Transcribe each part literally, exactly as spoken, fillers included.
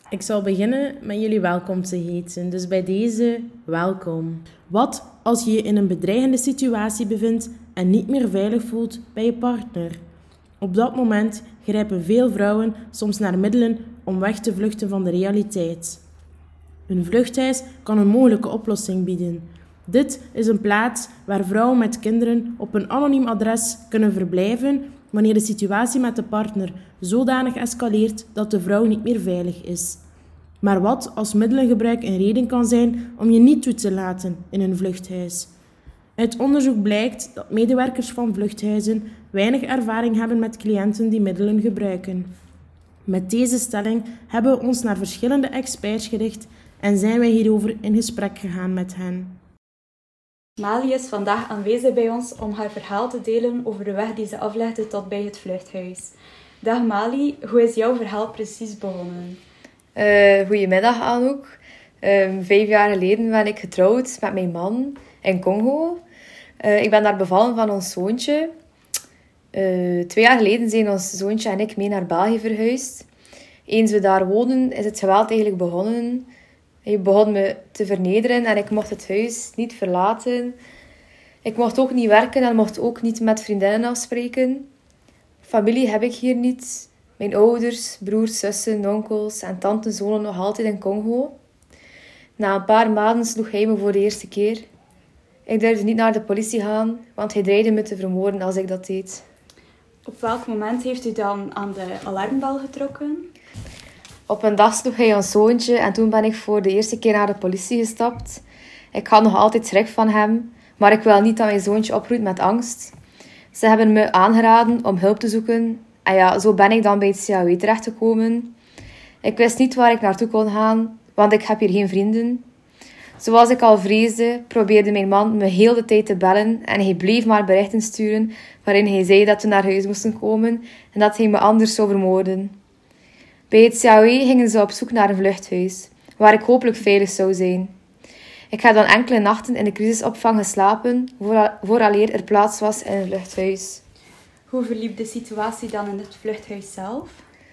Ik zal beginnen met jullie welkom te heten, dus bij deze welkom. Wat als je je in een bedreigende situatie bevindt en niet meer veilig voelt bij je partner? Op dat moment grijpen veel vrouwen soms naar middelen om weg te vluchten van de realiteit. Een vluchthuis kan een mogelijke oplossing bieden. Dit is een plaats waar vrouwen met kinderen op een anoniem adres kunnen verblijven wanneer de situatie met de partner zodanig escaleert dat de vrouw niet meer veilig is. Maar wat als middelengebruik een reden kan zijn om je niet toe te laten in een vluchthuis? Uit onderzoek blijkt dat medewerkers van vluchthuizen weinig ervaring hebben met cliënten die middelen gebruiken. Met deze stelling hebben we ons naar verschillende experts gericht en zijn wij hierover in gesprek gegaan met hen. Mali is vandaag aanwezig bij ons om haar verhaal te delen over de weg die ze aflegde tot bij het vluchthuis. Dag Mali, hoe is jouw verhaal precies begonnen? Uh, goedemiddag Anouk. Um, vijf jaar geleden ben ik getrouwd met mijn man in Congo. Uh, ik ben daar bevallen van ons zoontje. Uh, twee jaar geleden zijn ons zoontje en ik mee naar België verhuisd. Eens we daar woonden, is het geweld eigenlijk begonnen. Hij begon me te vernederen en ik mocht het huis niet verlaten. Ik mocht ook niet werken en mocht ook niet met vriendinnen afspreken. Familie heb ik hier niet. Mijn ouders, broers, zussen, onkels en tantes wonen nog altijd in Congo. Na een paar maanden sloeg hij me voor de eerste keer. Ik durfde niet naar de politie gaan, want hij dreigde me te vermoorden als ik dat deed. Op welk moment heeft u dan aan de alarmbel getrokken? Op een dag sloeg hij ons zoontje en toen ben ik voor de eerste keer naar de politie gestapt. Ik had nog altijd schrik van hem, maar ik wil niet dat mijn zoontje opgroeit met angst. Ze hebben me aangeraden om hulp te zoeken. En ja, zo ben ik dan bij het C A W terechtgekomen. Ik wist niet waar ik naartoe kon gaan, want ik heb hier geen vrienden. Zoals ik al vreesde, probeerde mijn man me heel de tijd te bellen en hij bleef maar berichten sturen waarin hij zei dat we naar huis moesten komen en dat hij me anders zou vermoorden. Bij het C A W gingen ze op zoek naar een vluchthuis, waar ik hopelijk veilig zou zijn. Ik heb dan enkele nachten in de crisisopvang geslapen, vooraleer er plaats was in een vluchthuis. Hoe verliep de situatie dan in het vluchthuis zelf?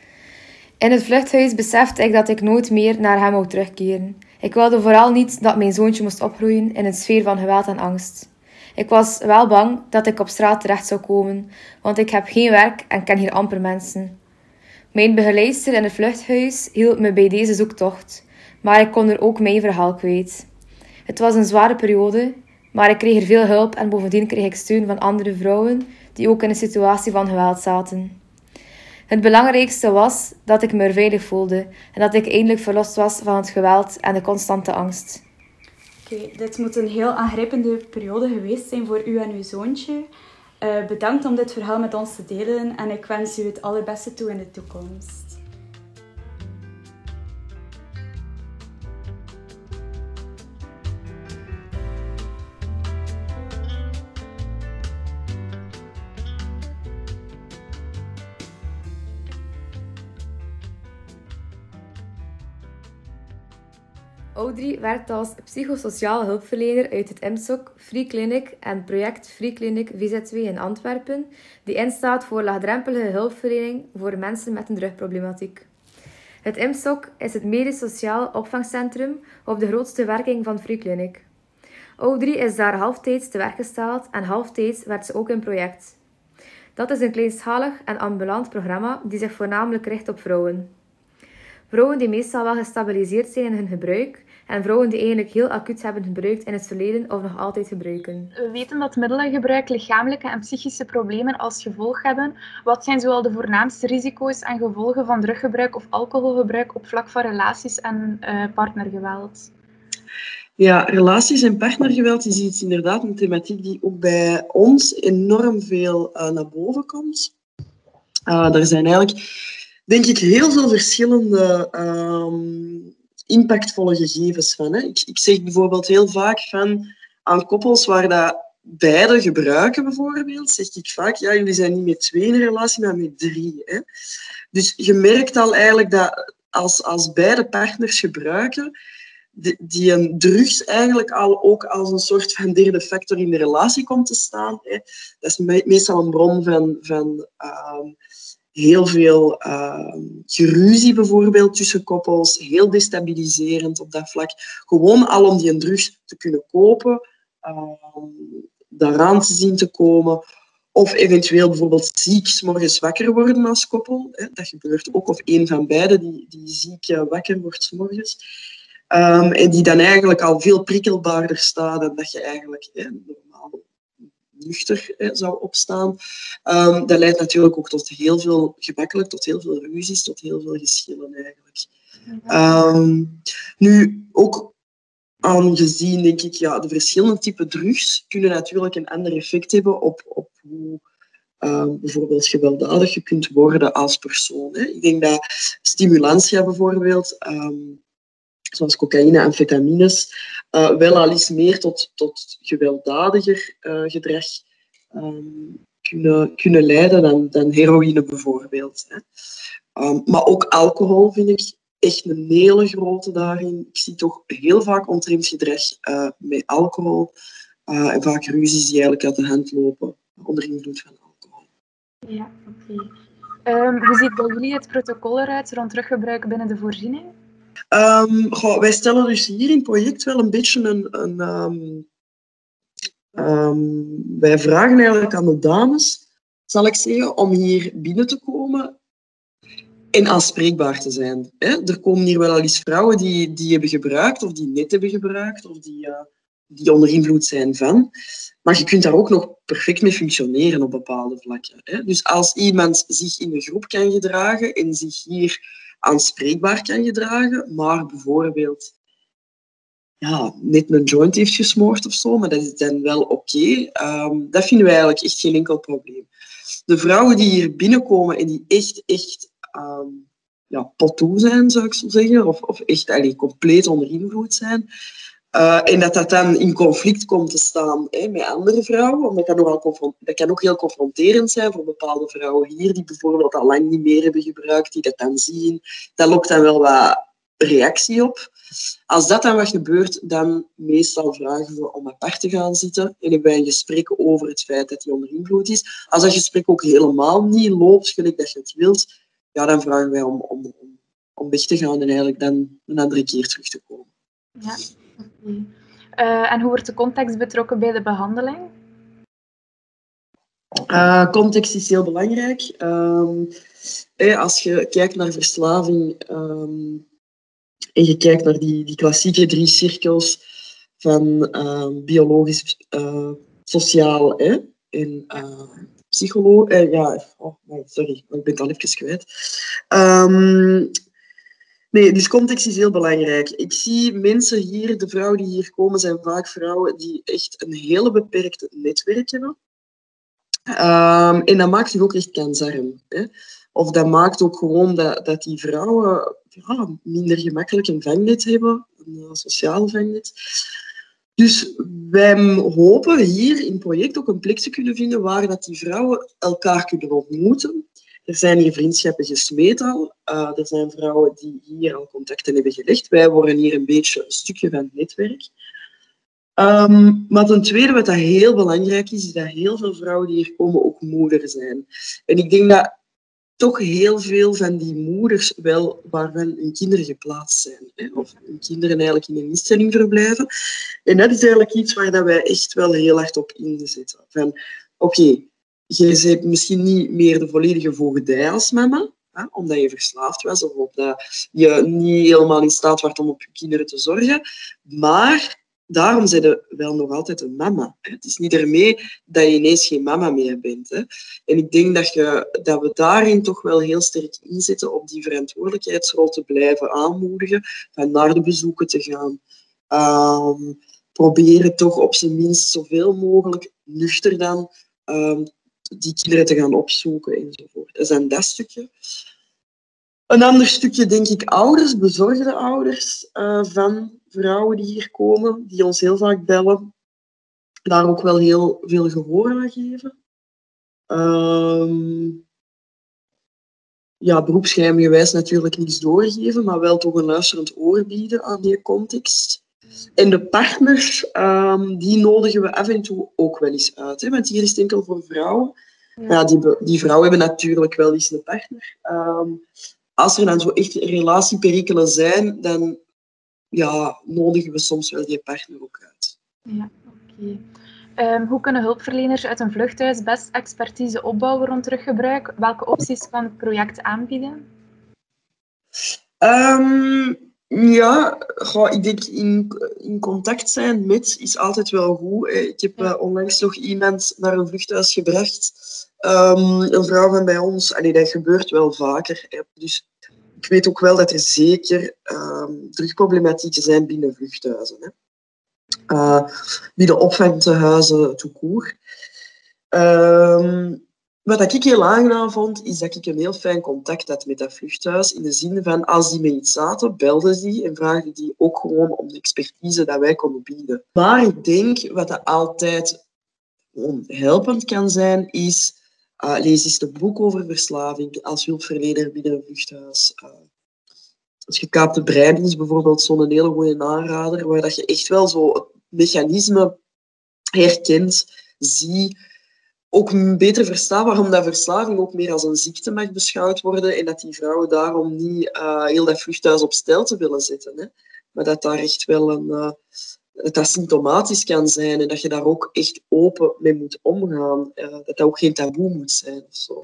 In het vluchthuis besefte ik dat ik nooit meer naar hem zou terugkeren. Ik wilde vooral niet dat mijn zoontje moest opgroeien in een sfeer van geweld en angst. Ik was wel bang dat ik op straat terecht zou komen, want ik heb geen werk en ken hier amper mensen. Mijn begeleidster in het vluchthuis hielp me bij deze zoektocht, maar ik kon er ook mijn verhaal kwijt. Het was een zware periode, maar ik kreeg er veel hulp en bovendien kreeg ik steun van andere vrouwen die ook in een situatie van geweld zaten. Het belangrijkste was dat ik me er veilig voelde en dat ik eindelijk verlost was van het geweld en de constante angst. Oké, okay, dit moet een heel aangrijpende periode geweest zijn voor u en uw zoontje. Uh, bedankt om dit verhaal met ons te delen en ik wens u het allerbeste toe in de toekomst. Audrey werkt als psychosociaal hulpverlener uit het I M S O C Free Clinic en project Free Clinic V Z W in Antwerpen, die instaat voor laagdrempelige hulpverlening voor mensen met een drugproblematiek. Het I M S O C is het medisch sociaal opvangcentrum op de grootste werking van Free Clinic. Audrey is daar halftijds te werk gesteld en halftijds werkt ze ook in project. Dat is een kleinschalig en ambulant programma die zich voornamelijk richt op vrouwen. Vrouwen die meestal wel gestabiliseerd zijn in hun gebruik en vrouwen die eigenlijk heel acuut hebben gebruikt in het verleden of nog altijd gebruiken. We weten dat middelengebruik lichamelijke en psychische problemen als gevolg hebben. Wat zijn zoal de voornaamste risico's en gevolgen van druggebruik of alcoholgebruik op vlak van relaties en uh, partnergeweld? Ja, relaties en partnergeweld is iets inderdaad een thematiek die ook bij ons enorm veel uh, naar boven komt. Uh, er zijn eigenlijk, denk ik, heel veel verschillende um, impactvolle gegevens van. Hè. Ik, ik zeg bijvoorbeeld heel vaak van aan koppels waar dat beide gebruiken bijvoorbeeld, zeg ik vaak, ja, jullie zijn niet met twee in een relatie, maar met drie. Hè. Dus je merkt al eigenlijk dat als, als beide partners gebruiken, die, die een drugs eigenlijk al ook als een soort van derde factor in de relatie komt te staan. Hè. Dat is me- meestal een bron van, van um, heel veel uh, geruzie bijvoorbeeld tussen koppels, heel destabiliserend op dat vlak. Gewoon al om die drugs te kunnen kopen, uh, daaraan te zien te komen. Of eventueel bijvoorbeeld ziek 's morgens wakker worden als koppel. Hè. Dat gebeurt ook. Of een van beiden die, die ziek uh, wakker wordt 's morgens. Um, en die dan eigenlijk al veel prikkelbaarder staat dan dat je eigenlijk hè, normaal nuchter hè, zou opstaan. Um, dat leidt natuurlijk ook tot heel veel, gemakkelijk tot heel veel ruzies, tot heel veel geschillen eigenlijk. Um, nu, ook aangezien, denk ik, ja, de verschillende typen drugs kunnen natuurlijk een ander effect hebben op, op hoe uh, bijvoorbeeld gewelddadig je kunt worden als persoon. Hè. Ik denk dat stimulantia bijvoorbeeld, um, zoals cocaïne en amfetamines, uh, wel al eens meer tot, tot gewelddadiger uh, gedrag um, kunnen, kunnen leiden dan, dan heroïne bijvoorbeeld. Hè. Um, maar ook alcohol vind ik echt een hele grote daarin. Ik zie toch heel vaak ontremd gedrag uh, met alcohol uh, en vaak ruzies die eigenlijk uit de hand lopen onder invloed van alcohol. Ja, oké. Okay. Um, hoe ziet bij jullie het protocol eruit rond teruggebruik binnen de voorziening? Um, goh, wij stellen dus hier in het project wel een beetje een... een um, um, wij vragen eigenlijk aan de dames, zal ik zeggen, om hier binnen te komen en aanspreekbaar te zijn. Hè? Er komen hier wel al eens vrouwen die, die hebben gebruikt, of die net hebben gebruikt, of die, uh, die onder invloed zijn van. Maar je kunt daar ook nog perfect mee functioneren op bepaalde vlakken. Hè? Dus als iemand zich in een groep kan gedragen en zich hier aanspreekbaar kan gedragen, maar bijvoorbeeld ja, net een joint heeft gesmoord of zo, maar dat is dan wel oké. Okay. Um, dat vinden wij eigenlijk echt geen enkel probleem. De vrouwen die hier binnenkomen en die echt, echt um, ja, potoe zijn, zou ik zo zeggen, of, of echt allee, compleet onder invloed zijn, uh, en dat dat dan in conflict komt te staan hè, met andere vrouwen, want dat kan, nogal dat kan ook heel confronterend zijn voor bepaalde vrouwen hier, die bijvoorbeeld al lang niet meer hebben gebruikt, die dat dan zien. Dat lokt dan wel wat reactie op. Als dat dan wat gebeurt, dan meestal vragen we om apart te gaan zitten en hebben wij een gesprek over het feit dat hij onder invloed is. Als dat gesprek ook helemaal niet loopt, gelijk dat je het wilt, ja, dan vragen wij om, om, om weg te gaan en eigenlijk dan een andere keer terug te komen. Ja, oké. Okay. Uh, en hoe wordt de context betrokken bij de behandeling? Uh, context is heel belangrijk. Um, eh, als je kijkt naar verslaving um, en je kijkt naar die, die klassieke drie cirkels van uh, biologisch, uh, sociaal eh, en uh, psycholoog... Uh, ja, oh, nee, sorry, ik ben het al even kwijt. Um, nee, dus context is heel belangrijk. Ik zie mensen hier, de vrouwen die hier komen, zijn vaak vrouwen die echt een hele beperkte netwerk hebben. Um, en dat maakt zich ook echt kansarm. Hè? Of dat maakt ook gewoon dat, dat die vrouwen ja, minder gemakkelijk een vangnet hebben, een sociaal vangnet. Dus wij hopen hier in het project ook een plek te kunnen vinden waar dat die vrouwen elkaar kunnen ontmoeten. Er zijn hier vriendschappen gesmeed al. Uh, er zijn vrouwen die hier al contacten hebben gelegd. Wij worden hier een beetje een stukje van het netwerk. Um, maar ten tweede, wat dat heel belangrijk is, is dat heel veel vrouwen die hier komen ook moeder zijn. En ik denk dat toch heel veel van die moeders wel waarvan hun kinderen geplaatst zijn. Hè? Of hun kinderen eigenlijk in een instelling verblijven. En dat is eigenlijk iets waar dat wij echt wel heel hard op inzetten. Van, oké, okay, je bent misschien niet meer de volledige voogdij als mama, hè? Omdat je verslaafd was of omdat je niet helemaal in staat was om op je kinderen te zorgen. Maar daarom zijn je wel nog altijd een mama. Hè? Het is niet ermee dat je ineens geen mama meer bent. Hè? En ik denk dat, je, dat we daarin toch wel heel sterk inzetten op die verantwoordelijkheidsrol te blijven aanmoedigen, van naar de bezoeken te gaan. Um, proberen toch op zijn minst zoveel mogelijk nuchter dan um, die kinderen te gaan opzoeken enzovoort. Dat is dan dat stukje. Een ander stukje, denk ik, ouders, bezorgde ouders uh, van vrouwen die hier komen, die ons heel vaak bellen, daar ook wel heel veel gehoor aan geven. Um, ja, beroepsgeheimgewijs natuurlijk niets doorgeven, maar wel toch een luisterend oor bieden aan die context. En de partners, um, die nodigen we af en toe ook wel eens uit. Hè? Want hier is het enkel voor vrouwen. Ja. Ja, die, die vrouwen hebben natuurlijk wel eens een partner. Um, als er dan zo echt relatieperikelen zijn, dan ja, nodigen we soms wel die partner ook uit. Ja, oké. Okay. Um, hoe kunnen hulpverleners uit een vluchthuis best expertise opbouwen rond teruggebruik? Welke opties kan het project aanbieden? Um, ja, goh, ik denk in, in contact zijn met is altijd wel goed. Ik heb ja. uh, onlangs nog iemand naar een vluchthuis gebracht. Um, een vrouw van bij ons. Allee, dat gebeurt wel vaker. Hè. Dus ik weet ook wel dat er zeker um, drugproblematieken zijn binnen vluchthuizen. Hè. Uh, binnen opvangtehuizen tout court. Um, Wat ik heel aangenaam vond, is dat ik een heel fijn contact had met dat vluchthuis. In de zin van, als die met iets zaten, belden die en vraagden die ook gewoon om de expertise dat wij konden bieden. Maar ik denk, wat dat altijd helpend kan zijn, is... Uh, lees eens een boek over verslaving als hulpverlener binnen een vluchthuis. Uh, het gekaapte brein is bijvoorbeeld zo'n hele goede aanrader, waar dat je echt wel zo het mechanisme herkent, ziet... ook beter verstaan waarom dat verslaving ook meer als een ziekte mag beschouwd worden en dat die vrouwen daarom niet uh, heel dat vluchthuis op stelte willen zetten. Hè. Maar dat daar echt wel een... Uh, dat dat symptomatisch kan zijn en dat je daar ook echt open mee moet omgaan. Uh, dat dat ook geen taboe moet zijn of zo.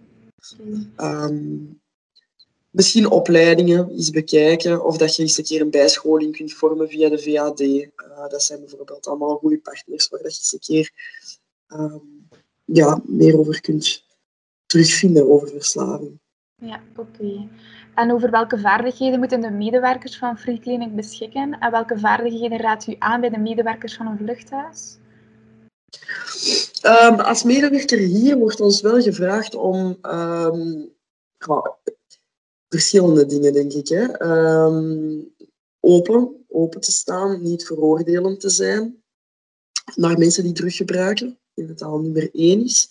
Um, misschien opleidingen eens bekijken of dat je eens een keer een bijscholing kunt vormen via de V A D. Uh, dat zijn bijvoorbeeld allemaal goede partners waar dat je eens een keer... Um, ja, meer over kunt terugvinden over verslaving. Ja, oké. Okay. En over welke vaardigheden moeten de medewerkers van Free Clinic beschikken? En welke vaardigheden raadt u aan bij de medewerkers van een vluchthuis? Um, als medewerker hier wordt ons wel gevraagd om um, ja, verschillende dingen, denk ik. Hè. Um, open, open te staan, niet veroordelend te zijn naar mensen die drug gebruiken. Ik denk dat dat al nummer één is.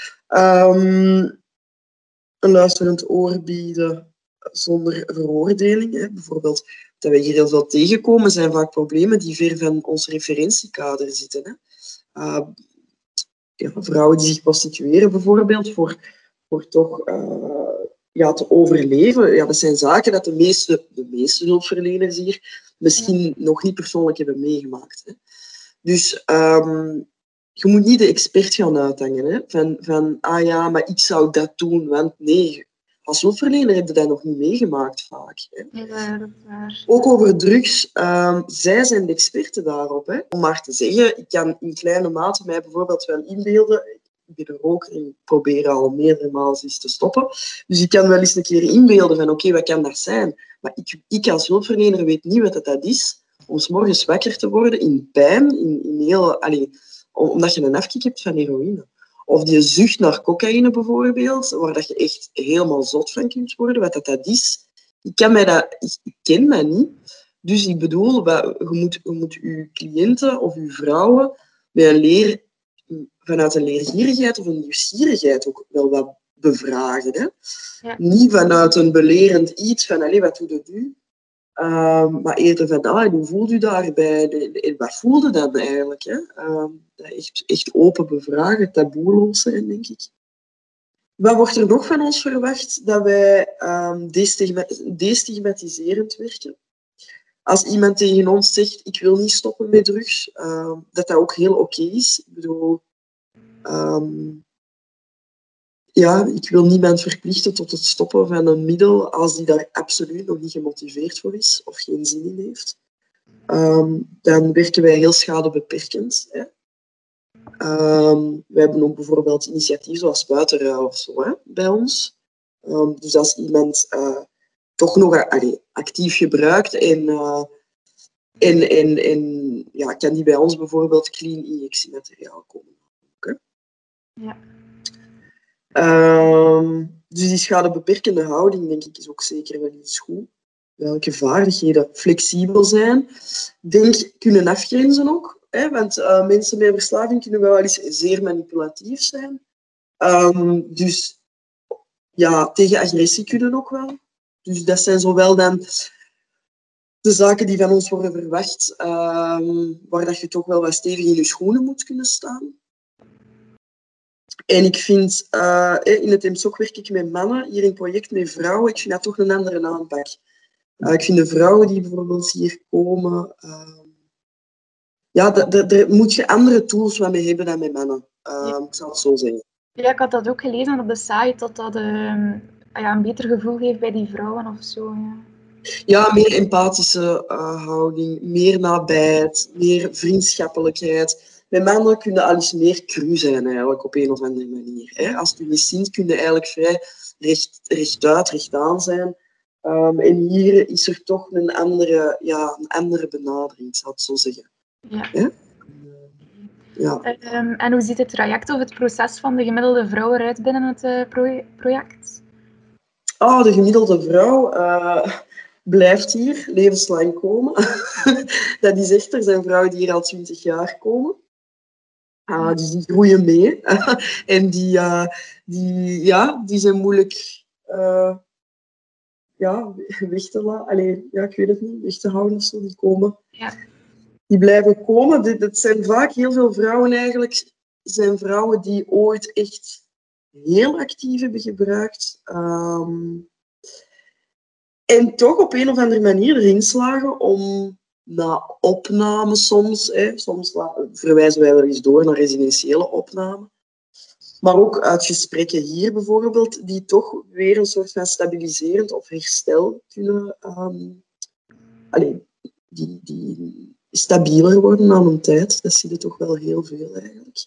Um, een luisterend oor bieden zonder veroordeling. Hè. Bijvoorbeeld, dat wij hier heel veel tegenkomen, zijn vaak problemen die ver van ons referentiekader zitten. Hè. Uh, ja, vrouwen die zich prostitueren bijvoorbeeld, voor, voor toch uh, ja, te overleven. Ja, dat zijn zaken dat de meeste, de meeste hulpverleners hier misschien ja. nog niet persoonlijk hebben meegemaakt. Hè. Dus... Um, je moet niet de expert gaan uithangen. Hè? Van, van, ah ja, maar ik zou dat doen. Want nee, als hulpverlener heb je dat nog niet meegemaakt vaak. Hè? Ja, dat is waar. Ook over drugs. Um, zij zijn de experten daarop. Hè? Om maar te zeggen, ik kan in kleine mate mij bijvoorbeeld wel inbeelden. Ik ben een roker en ik probeer al meerdere malen eens te stoppen. Dus ik kan wel eens een keer inbeelden van, oké, okay, wat kan dat zijn? Maar ik, ik als hulpverlener weet niet wat dat is. Om 's morgens wakker te worden in pijn, in, in heel... Allez, omdat je een afkick hebt van heroïne. Of die zucht naar cocaïne bijvoorbeeld, waar dat je echt helemaal zot van kunt worden, wat dat, dat is. Ik, kan mij dat, ik, ik ken dat niet. Dus ik bedoel, je moet, je moet je cliënten of je vrouwen met een leer, vanuit een leergierigheid of een nieuwsgierigheid ook wel wat bevragen. Hè? Ja. Niet vanuit een belerend iets van, allez, wat doe je nu? Um, maar eerder van, ah, hoe voelt u daarbij? En wat voelde dat eigenlijk? Hè? Um, echt, echt open bevragen, taboeloos zijn, denk ik. Wat wordt er nog van ons verwacht? Dat wij um, destigmatiserend werken. Als iemand tegen ons zegt, ik wil niet stoppen met drugs, um, dat dat ook heel oké okay is. Ik bedoel... Um, Ja, ik wil niemand verplichten tot het stoppen van een middel als die daar absoluut nog niet gemotiveerd voor is of geen zin in heeft. Um, dan werken wij heel schadebeperkend. Hè. Um, wij hebben ook bijvoorbeeld initiatieven zoals buitenruil of zo hè, bij ons. Um, dus als iemand uh, toch nog allee, actief gebruikt en, uh, en, en, en ja, kan die bij ons bijvoorbeeld clean injectiemateriaal komen. Okay? Ja. Um, dus die schadebeperkende houding, denk ik, is ook zeker wel iets goed. Welke vaardigheden? Flexibel zijn. Denk, kunnen afgrenzen ook. Hè? Want uh, mensen met verslaving kunnen wel eens zeer manipulatief zijn. Um, dus ja, tegen agressie kunnen ook wel. Dus dat zijn zowel dan de zaken die van ons worden verwacht, um, waar dat je toch wel wat stevig in je schoenen moet kunnen staan. En ik vind, uh, in het M S O C werk ik met mannen, hier in het project met vrouwen. Ik vind dat toch een andere aanpak. Uh, ik vind de vrouwen die bijvoorbeeld hier komen... Uh, ja, daar moet je andere tools mee hebben dan met mannen. Uh, ja. Ik zal het zo zeggen. Ja, ik had dat ook gelezen op de site, dat dat uh, ja, een beter gevoel geeft bij die vrouwen of zo. Ja, ja meer empathische uh, houding, meer nabijheid, meer vriendschappelijkheid. Met mannen kun je al eens meer cru zijn, eigenlijk, op een of andere manier. Hè? Als je niet ziet, kun je eigenlijk vrij recht, rechtuit, rechtaan zijn. Um, en hier is er toch een andere, ja, een andere benadering, ik zou het zo zeggen. Ja. Ja? Ja. Um, en hoe ziet het traject of het proces van de gemiddelde vrouw eruit binnen het uh, pro- project? Oh, de gemiddelde vrouw uh, blijft hier levenslang komen. Dat is echt, er zijn vrouwen die hier al twintig jaar komen. Uh, dus die groeien mee. En die, uh, die, ja, die zijn moeilijk uh, ja, weg te laten. Allee, ja, ik weet het niet, weg te houden of zo. Die komen. Ja. Die blijven komen. Dit, dit zijn vaak heel veel vrouwen eigenlijk. Zijn vrouwen die ooit echt heel actief hebben gebruikt. Um, en toch op een of andere manier erin slagen om na opname soms, hè, soms verwijzen wij wel eens door naar residentiële opname, maar ook uit gesprekken hier bijvoorbeeld, die toch weer een soort van stabiliserend of herstel kunnen, um, allee, die, die stabieler worden na een tijd. Dat zie je toch wel heel veel eigenlijk.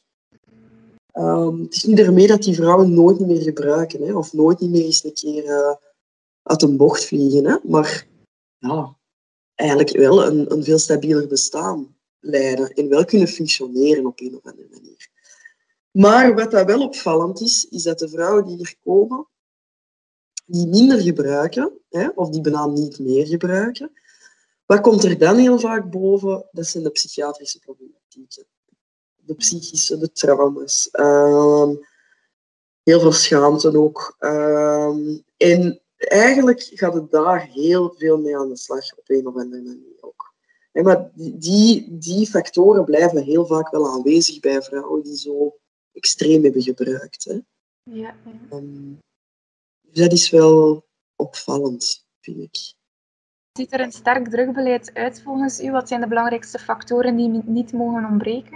Um, het is niet daarmee dat die vrouwen nooit niet meer gebruiken, hè, of nooit niet meer eens een keer uh, uit een bocht vliegen, hè, maar ja, eigenlijk wel een, een veel stabieler bestaan leiden en wel kunnen functioneren op een of andere manier. Maar wat dat wel opvallend is, is dat de vrouwen die hier komen, die minder gebruiken, hè, of die bijna niet meer gebruiken, wat komt er dan heel vaak boven? Dat zijn de psychiatrische problematieken. De psychische, de trauma's. Um, heel veel schaamte ook. Um, en eigenlijk gaat het daar heel veel mee aan de slag, op een of andere manier ook. En maar die, die factoren blijven heel vaak wel aanwezig bij vrouwen die zo extreem hebben gebruikt. Hè. Ja, ja. Um, dus dat is wel opvallend, vind ik. Ziet er een sterk drugbeleid uit volgens u? Wat zijn de belangrijkste factoren die niet mogen ontbreken?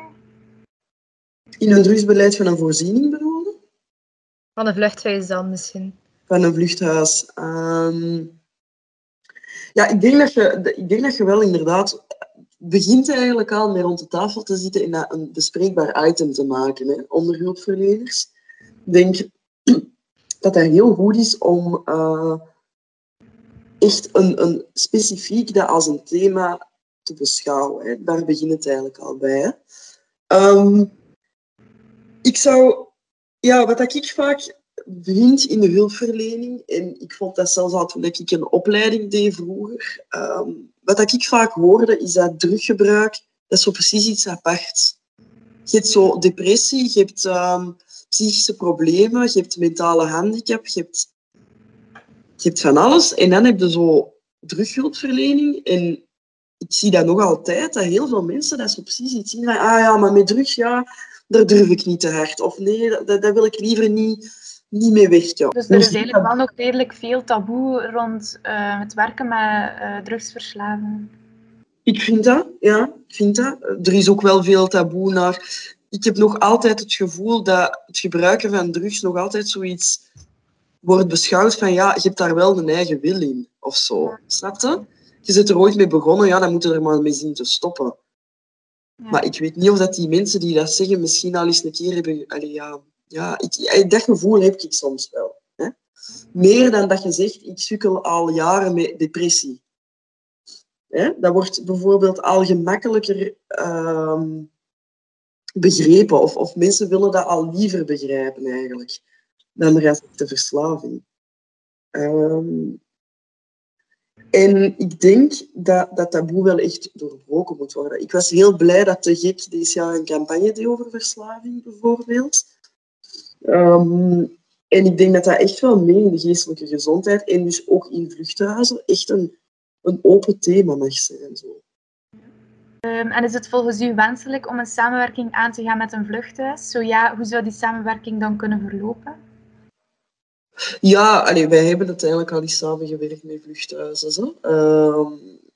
In een drugsbeleid van een voorziening bedoel je? Van een vluchthuis dan misschien? Van een vluchthuis. Um, ja, ik denk, dat je, ik denk dat je wel inderdaad begint eigenlijk al met rond de tafel te zitten en dat een bespreekbaar item te maken, hè, onder hulpverleners. Ik denk dat dat heel goed is om uh, echt een, een specifiek dat als een thema te beschouwen. Hè. Daar begint het eigenlijk al bij. Hè. Um, ik zou... Ja, wat ik vaak vind in de hulpverlening, en ik vond dat zelfs al toen ik een opleiding deed vroeger, um, wat ik vaak hoorde, is dat druggebruik, dat is zo precies iets aparts. Je hebt zo depressie, je hebt um, psychische problemen, je hebt mentale handicap, je hebt, je hebt van alles. En dan heb je zo drughulpverlening. En ik zie dat nog altijd, dat heel veel mensen dat zo precies iets zien van, ah ja, maar met drugs, ja, daar durf ik niet te hard. Of nee, dat, dat wil ik liever niet, niet mee werken. Dus er is eigenlijk wel nog redelijk veel taboe rond uh, het werken met uh, drugsverslaving. Ik vind dat, ja. Ik vind dat. Er is ook wel veel taboe naar... Ik heb nog altijd het gevoel dat het gebruiken van drugs nog altijd zoiets wordt beschouwd van, ja, je hebt daar wel een eigen wil in, of zo. Ja. Snap je? Je bent er ooit mee begonnen, ja, dan moet je er maar mee zien te stoppen. Ja. Maar ik weet niet of dat die mensen die dat zeggen misschien al eens een keer hebben... Allee, ja, ja, ik, dat gevoel heb ik soms wel. Hè? Meer dan dat je zegt, ik sukkel al jaren met depressie. Hè? Dat wordt bijvoorbeeld al gemakkelijker uh, begrepen. Of, of mensen willen dat al liever begrijpen, eigenlijk, dan de rest de verslaving. Um, En ik denk dat dat taboe wel echt doorbroken moet worden. Ik was heel blij dat de G E C deze jaar een campagne deed over verslaving, bijvoorbeeld. Um, en ik denk dat dat echt wel mee in de geestelijke gezondheid en dus ook in vluchthuizen echt een, een open thema mag zijn. Zo. Um, en is het volgens u wenselijk om een samenwerking aan te gaan met een vluchthuis? Zo ja, hoe zou die samenwerking dan kunnen verlopen? Ja, allee, wij hebben uiteindelijk al eens samengewerkt met vluchthuizen. Zo. Uh,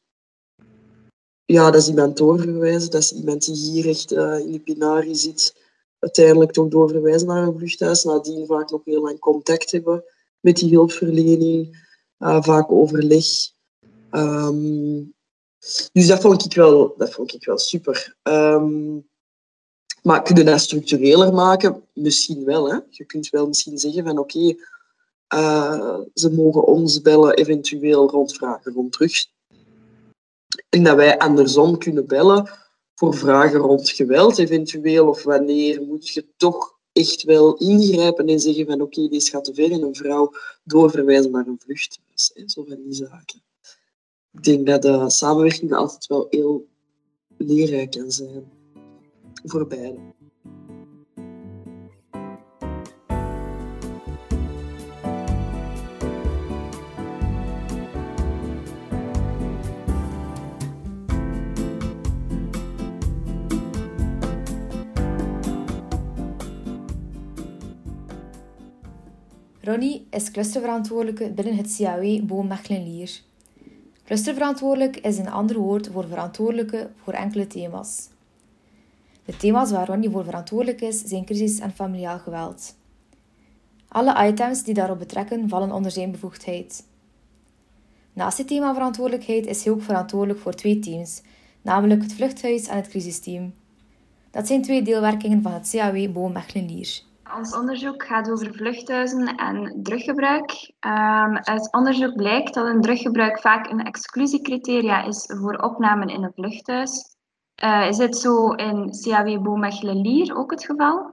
ja, dat is iemand doorverwijzen. Dat is iemand die hier echt uh, in de Pinarie zit. Uiteindelijk toch doorverwijzen naar een vluchthuis. Nadien vaak nog heel lang contact hebben met die hulpverlening. Uh, vaak overleg. Um, dus dat vond ik wel, dat vond ik wel super. Um, maar kun je dat structureler maken? Misschien wel. Hè? Je kunt wel misschien zeggen van oké, okay, uh, ze mogen ons bellen eventueel rond vragen rond terug. En dat wij andersom kunnen bellen voor vragen rond geweld eventueel. Of wanneer moet je toch echt wel ingrijpen en zeggen van oké, okay, deze gaat te ver en een vrouw doorverwijzen naar een vluchthuis. Hè? Zo van die zaken. Ik denk dat de samenwerking altijd wel heel leerrijk kan zijn. Voor beiden. Ronnie is clusterverantwoordelijke binnen het C A W Boom Mechelen-Lier. Clusterverantwoordelijk is een ander woord voor verantwoordelijke voor enkele thema's. De thema's waar Ronnie voor verantwoordelijk is, zijn crisis en familiaal geweld. Alle items die daarop betrekken, vallen onder zijn bevoegdheid. Naast dit thema verantwoordelijkheid is hij ook verantwoordelijk voor twee teams, namelijk het vluchthuis en het crisisteam. Dat zijn twee deelwerkingen van het C A W Boom Mechelen-Lier. Ons onderzoek gaat over vluchthuizen en druggebruik. Um, uit onderzoek blijkt dat een druggebruik vaak een exclusiecriteria is voor opname in een vluchthuis. Uh, is dit zo in C A W Boom Mechelen-Lier ook het geval?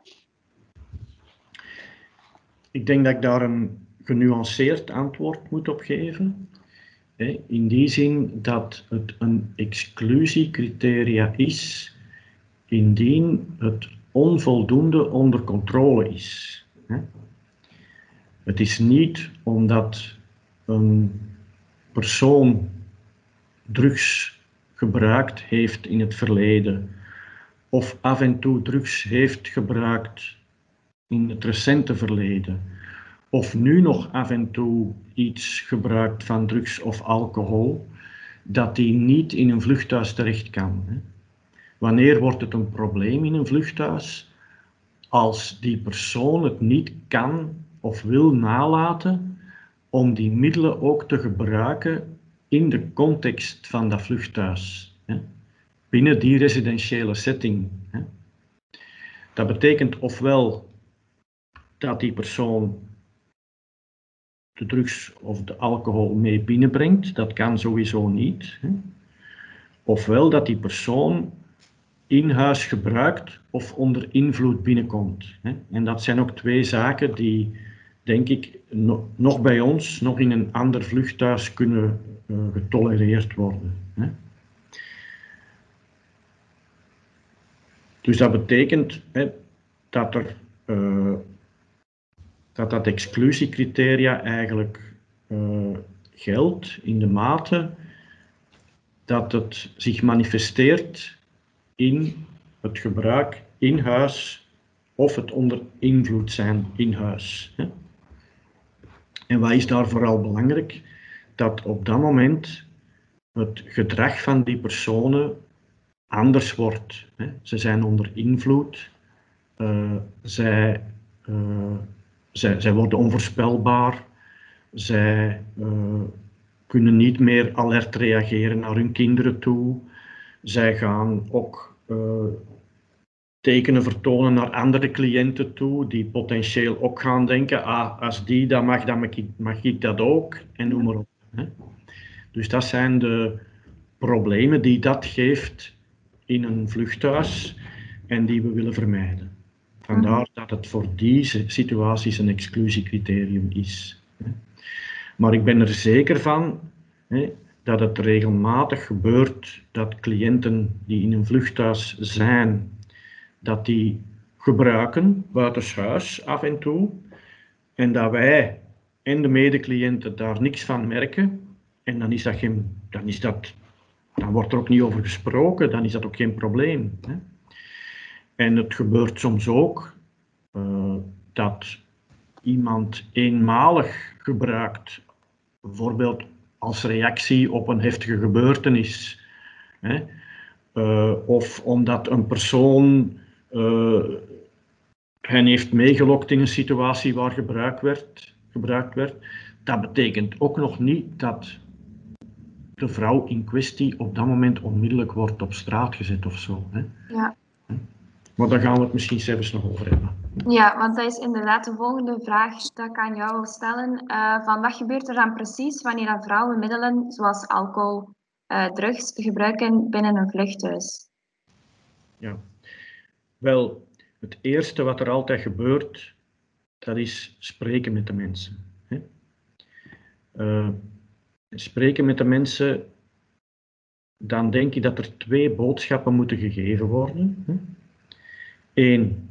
Ik denk dat ik daar een genuanceerd antwoord moet op geven. In die zin dat het een exclusiecriteria is indien het onvoldoende onder controle is. Het is niet omdat een persoon drugs gebruikt heeft in het verleden of af en toe drugs heeft gebruikt in het recente verleden of nu nog af en toe iets gebruikt van drugs of alcohol, dat die niet in een vluchthuis terecht kan. Wanneer wordt het een probleem in een vluchthuis? Als die persoon het niet kan of wil nalaten om die middelen ook te gebruiken in de context van dat vluchthuis. Hè? Binnen die residentiële setting. Hè? Dat betekent ofwel dat die persoon de drugs of de alcohol mee binnenbrengt, dat kan sowieso niet. Hè? Ofwel dat die persoon in huis gebruikt of onder invloed binnenkomt. Hè? En dat zijn ook twee zaken die, denk ik, no, nog bij ons, nog in een ander vluchthuis kunnen uh, getolereerd worden. Hè? Dus dat betekent hè, dat er uh, dat dat exclusiecriteria eigenlijk uh, geldt in de mate dat het zich manifesteert in het gebruik in huis of het onder invloed zijn in huis. Hè. En wat is daar vooral belangrijk? Dat op dat moment het gedrag van die personen anders wordt. Hè. Ze zijn onder invloed, uh, zij, uh, zij, zij worden onvoorspelbaar, zij uh, kunnen niet meer alert reageren naar hun kinderen toe. Zij gaan ook uh, tekenen vertonen naar andere cliënten toe, die potentieel ook gaan denken, ah, als die dat mag, dan mag ik, mag ik dat ook, en noem maar op. Hè. Dus dat zijn de problemen die dat geeft in een vluchthuis en die we willen vermijden. Vandaar dat het voor deze situaties een exclusiecriterium is. Hè. Maar ik ben er zeker van hè, dat het regelmatig gebeurt dat cliënten die in een vluchthuis zijn, dat die gebruiken buitenshuis af en toe en dat wij en de medecliënten daar niks van merken en dan is dat, geen, dan is dat dan wordt er ook niet over gesproken, dan is dat ook geen probleem. Hè. En het gebeurt soms ook uh, dat iemand eenmalig gebruikt, bijvoorbeeld als reactie op een heftige gebeurtenis. Hè. Uh, of omdat een persoon uh, hen heeft meegelokt in een situatie waar gebruikt werd, gebruikt werd. Dat betekent ook nog niet dat de vrouw in kwestie op dat moment onmiddellijk wordt op straat gezet of zo. Hè. Ja. Maar daar gaan we het misschien zelfs nog over hebben. Ja, want dat is inderdaad de volgende vraag dat ik aan jou wil stellen. Uh, van wat gebeurt er dan precies wanneer vrouwen middelen zoals alcohol, uh, drugs gebruiken binnen een vluchthuis? Ja, wel, het eerste wat er altijd gebeurt, dat is spreken met de mensen. Hè. Uh, spreken met de mensen, dan denk ik dat er twee boodschappen moeten gegeven worden. Hè. Eén,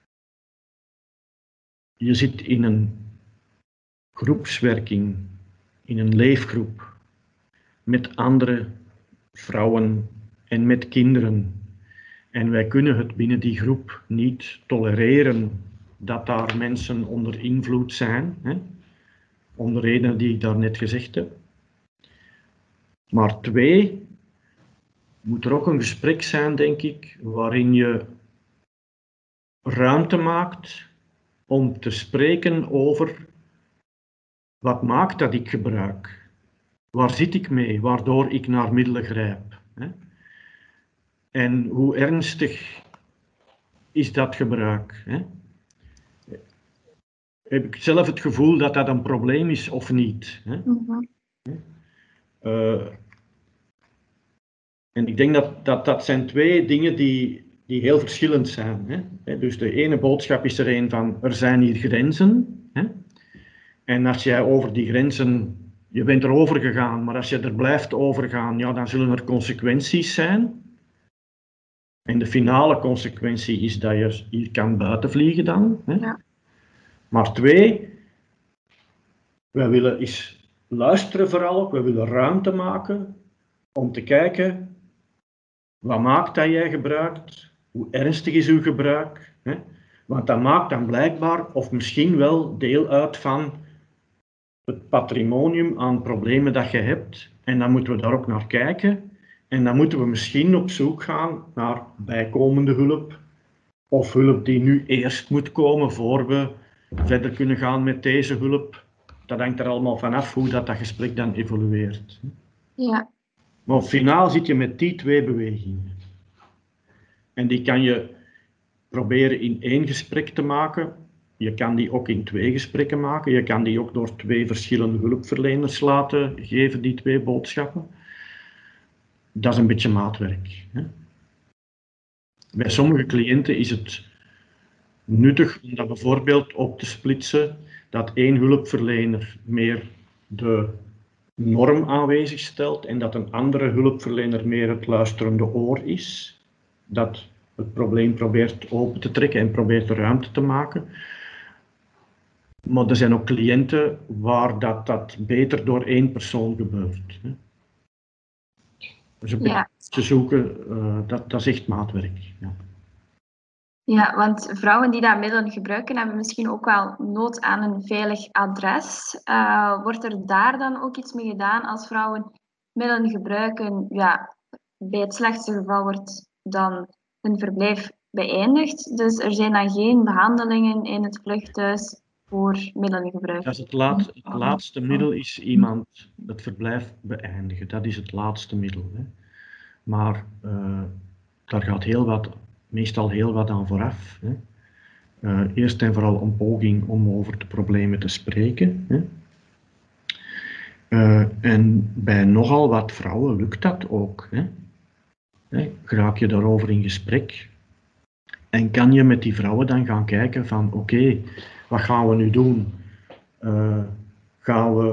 je zit in een groepswerking, in een leefgroep, met andere vrouwen en met kinderen. En wij kunnen het binnen die groep niet tolereren dat daar mensen onder invloed zijn, hè, om de redenen die ik daarnet gezegd heb. Maar twee, moet er ook een gesprek zijn, denk ik, waarin je ruimte maakt om te spreken over wat maakt dat ik gebruik. Waar zit ik mee, waardoor ik naar middelen grijp. Hè? En hoe ernstig is dat gebruik? Hè? Heb ik zelf het gevoel dat dat een probleem is of niet? Hè? Mm-hmm. Uh, en ik denk dat, dat dat zijn twee dingen die, die heel verschillend zijn. Hè? Dus de ene boodschap is er een van, er zijn hier grenzen. Hè? En als jij over die grenzen, je bent er over gegaan, maar als je er blijft overgaan, ja, dan zullen er consequenties zijn. En de finale consequentie is dat je hier kan buitenvliegen dan. Hè? Ja. Maar twee, wij willen eens luisteren vooral ook, wij willen ruimte maken om te kijken, wat maakt dat jij gebruikt? Hoe ernstig is uw gebruik? Hè? Want dat maakt dan blijkbaar, of misschien wel deel uit van het patrimonium aan problemen dat je hebt. En dan moeten we daar ook naar kijken. En dan moeten we misschien op zoek gaan naar bijkomende hulp. Of hulp die nu eerst moet komen voor we verder kunnen gaan met deze hulp. Dat hangt er allemaal vanaf hoe dat, dat gesprek dan evolueert. Ja. Maar finaal zit je met die twee bewegingen. En die kan je proberen in één gesprek te maken. Je kan die ook in twee gesprekken maken. Je kan die ook door twee verschillende hulpverleners laten geven, die twee boodschappen. Dat is een beetje maatwerk. Hè? Bij sommige cliënten is het nuttig om dat bijvoorbeeld op te splitsen, dat één hulpverlener meer de norm aanwezig stelt en dat een andere hulpverlener meer het luisterende oor is. Dat het probleem probeert open te trekken en probeert de ruimte te maken. Maar er zijn ook cliënten waar dat, dat beter door één persoon gebeurt. Hè. Dus een Ja. beetje zoeken, uh, dat, dat is echt maatwerk. Ja. Ja, want vrouwen die dat middelen gebruiken hebben misschien ook wel nood aan een veilig adres. Uh, wordt er daar dan ook iets mee gedaan als vrouwen middelen gebruiken? Ja, bij het slechtste geval wordt dan hun verblijf beëindigd. Dus er zijn dan geen behandelingen in het vluchthuis voor middelengebruik. Dat is het, laat, het laatste middel is iemand het verblijf beëindigen. Dat is het laatste middel. Hè. Maar uh, daar gaat heel wat, meestal heel wat aan vooraf. Hè. Uh, eerst en vooral een poging om over de problemen te spreken. Hè. Uh, en bij nogal wat vrouwen lukt dat ook. Hè. Hè, raak je daarover in gesprek en kan je met die vrouwen dan gaan kijken van oké, okay, wat gaan we nu doen? Uh, gaan we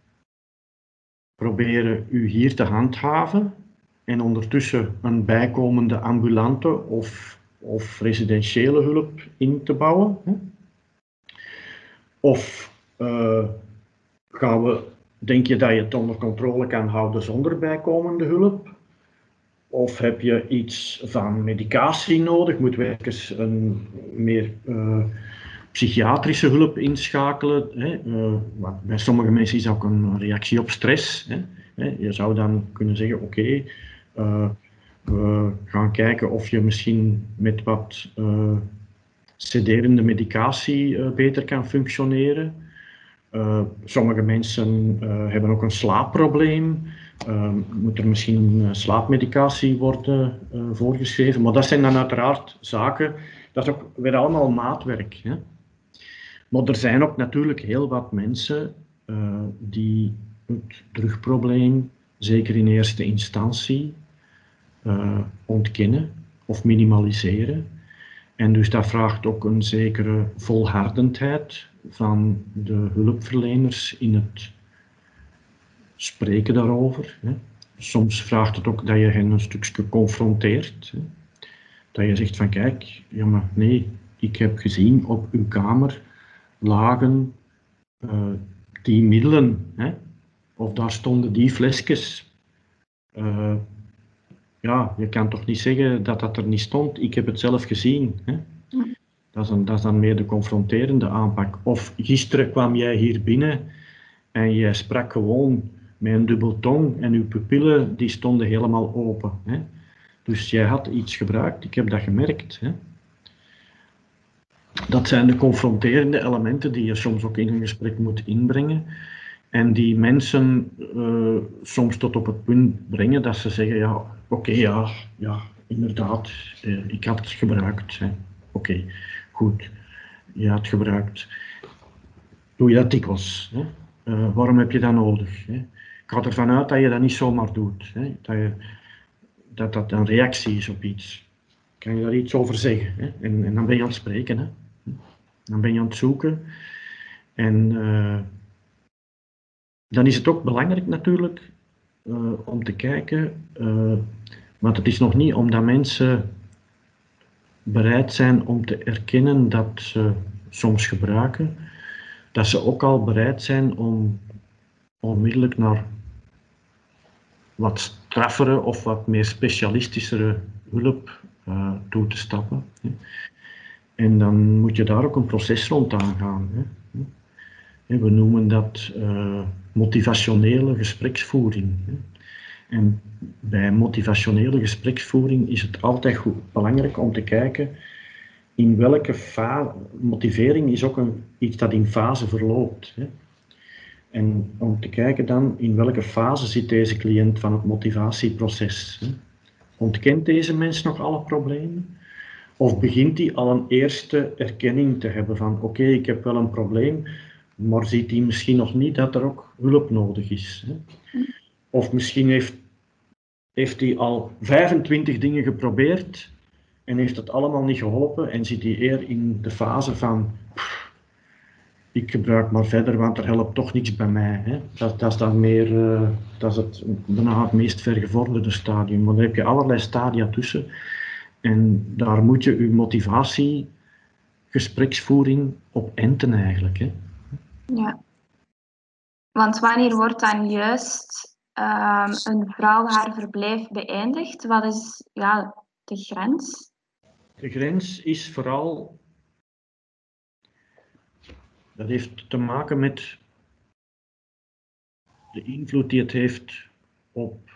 proberen u hier te handhaven en ondertussen een bijkomende ambulante of, of residentiële hulp in te bouwen? Hè? Of uh, gaan we, denk je dat je het onder controle kan houden zonder bijkomende hulp? of heb je iets van medicatie nodig? Moeten we even een meer uh, psychiatrische hulp inschakelen? Hè? Uh, bij sommige mensen is dat ook een reactie op stress. Hè? Je zou dan kunnen zeggen, oké, okay, uh, we gaan kijken of je misschien met wat uh, sederende medicatie uh, beter kan functioneren. Uh, sommige mensen uh, hebben ook een slaapprobleem. Uh, moet er misschien uh, slaapmedicatie worden uh, voorgeschreven. Maar dat zijn dan uiteraard zaken, dat is ook weer allemaal maatwerk. Hè? Maar er zijn ook natuurlijk heel wat mensen uh, die het drugprobleem, zeker in eerste instantie, uh, ontkennen of minimaliseren. En dus dat vraagt ook een zekere volhardendheid van de hulpverleners in het spreken daarover. Hè. Soms vraagt het ook dat je hen een stukje confronteert. Hè. Dat je zegt van kijk, ja maar nee, ik heb gezien op uw kamer lagen uh, die middelen. Hè. Of daar stonden die flesjes. Uh, ja, je kan toch niet zeggen dat dat er niet stond. Ik heb het zelf gezien. Hè. Dat is, een, dat is dan meer de confronterende aanpak. Of gisteren kwam jij hier binnen en jij sprak gewoon met een dubbeltong en uw pupillen die stonden helemaal open. Hè. Dus jij had iets gebruikt, ik heb dat gemerkt. Hè. Dat zijn de confronterende elementen die je soms ook in een gesprek moet inbrengen. En die mensen uh, soms tot op het punt brengen dat ze zeggen, ja, oké, okay, ja, ja, inderdaad, uh, ik had het gebruikt. Oké, okay, goed, je had het gebruikt. Doe je dat dikwijls? Hè? Uh, waarom heb je dat nodig? Hè? Ik ga ervan uit dat je dat niet zomaar doet. Hè? Dat, je, dat dat een reactie is op iets. Kan je daar iets over zeggen? Hè? En, en dan ben je aan het spreken. Hè? Dan ben je aan het zoeken. En uh, dan is het ook belangrijk natuurlijk uh, om te kijken, uh, want het is nog niet omdat mensen bereid zijn om te erkennen dat ze soms gebruiken, dat ze ook al bereid zijn om onmiddellijk naar wat straffere of wat meer specialistischere hulp uh, toe te stappen. Hè. En dan moet je daar ook een proces rond aangaan. Hè. We noemen dat uh, motivationele gespreksvoering. Hè. En bij motivationele gespreksvoering is het altijd goed, belangrijk om te kijken in welke fase. Motivering is ook een, iets dat in fase verloopt. Hè. En om te kijken dan in welke fase zit deze cliënt van het motivatieproces. Hè. Ontkent deze mens nog alle problemen? Of begint hij al een eerste erkenning te hebben van oké, okay, ik heb wel een probleem, maar ziet hij misschien nog niet dat er ook hulp nodig is. Hè. Of misschien heeft, heeft hij al vijfentwintig dingen geprobeerd en heeft het allemaal niet geholpen en zit hij eer in de fase van pff, ik gebruik maar verder, want er helpt toch niks bij mij. Hè. Dat, dat is dan meer, uh, dat is het, bijna het meest vergevorderde stadium. Maar daar heb je allerlei stadia tussen. En daar moet je je motivatie, gespreksvoering op enten eigenlijk. Hè. Ja. Want wanneer wordt dan juist um, een vrouw haar verblijf beëindigd? Wat is ja, de grens? De grens is vooral... Dat heeft te maken met de invloed die het heeft op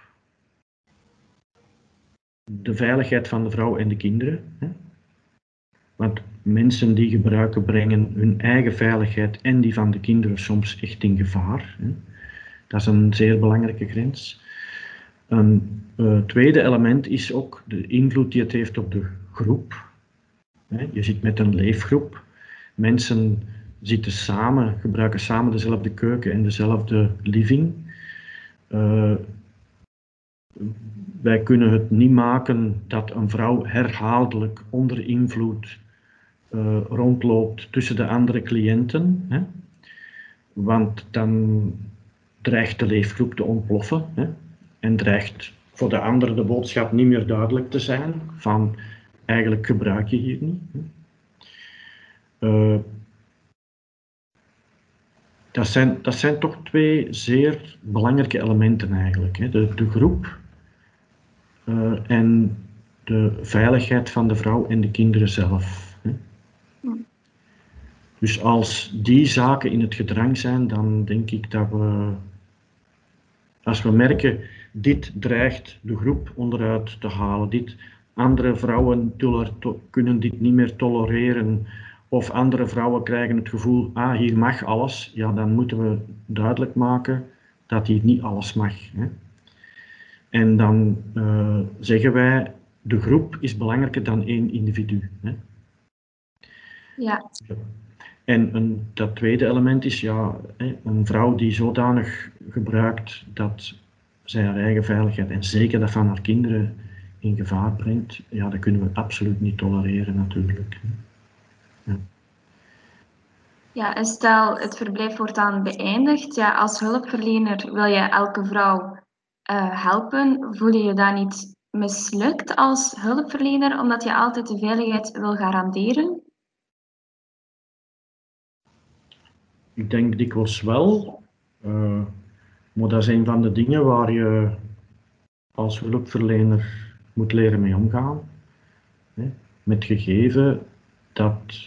de veiligheid van de vrouw en de kinderen. Hè? Want mensen die gebruiken brengen hun eigen veiligheid en die van de kinderen soms echt in gevaar. Hè? Dat is een zeer belangrijke grens. Een uh, tweede element is ook de invloed die het heeft op de groep. Hè? Je zit met een leefgroep. Mensen zitten samen, gebruiken samen dezelfde keuken en dezelfde living. Uh, wij kunnen het niet maken dat een vrouw herhaaldelijk onder invloed uh, rondloopt tussen de andere cliënten. Hè? Want dan dreigt de leefgroep te ontploffen. Hè? En dreigt voor de anderen de boodschap niet meer duidelijk te zijn van eigenlijk gebruik je hier niet. Hè? Uh, Dat zijn, dat zijn toch twee zeer belangrijke elementen eigenlijk. Hè. De, de groep uh, en de veiligheid van de vrouw en de kinderen zelf. Hè. Ja. Dus als die zaken in het gedrang zijn, dan denk ik dat we, als we merken, dit dreigt de groep onderuit te halen, dit, andere vrouwen kunnen dit niet meer tolereren, of andere vrouwen krijgen het gevoel, ah, hier mag alles, ja, dan moeten we duidelijk maken dat hier niet alles mag. Hè. En dan uh, zeggen wij, de groep is belangrijker dan één individu. Hè. Ja. En een, dat tweede element is, ja, een vrouw die zodanig gebruikt dat zij haar eigen veiligheid en zeker dat van haar kinderen in gevaar brengt, ja, dat kunnen we absoluut niet tolereren natuurlijk. Ja. Ja, en stel het verblijf wordt dan beëindigd. Ja, als hulpverlener wil je elke vrouw uh, helpen. Voel je je dan niet mislukt als hulpverlener omdat je altijd de veiligheid wil garanderen? Ik denk dikwijls wel, uh, maar dat is een van de dingen waar je als hulpverlener moet leren mee omgaan. Hè? Met gegeven dat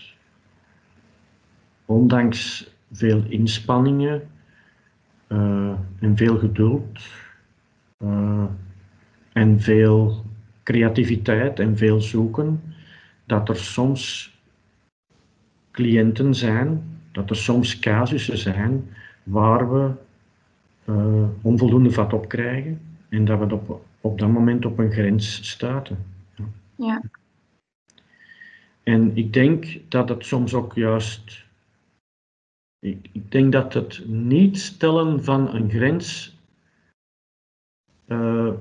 ondanks veel inspanningen uh, en veel geduld uh, en veel creativiteit en veel zoeken, dat er soms cliënten zijn, dat er soms casussen zijn waar we uh, onvoldoende vat op krijgen en dat we op, op dat moment op een grens stuiten. Ja. Ja. En ik denk dat het soms ook juist, ik, ik denk dat het niet stellen van een grens uh,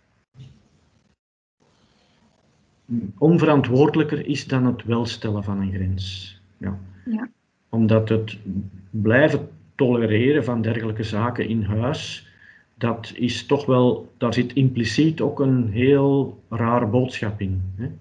onverantwoordelijker is dan het wel stellen van een grens. Ja. Ja. Omdat het blijven tolereren van dergelijke zaken in huis, dat is toch wel, daar zit impliciet ook een heel rare boodschap in. Hè?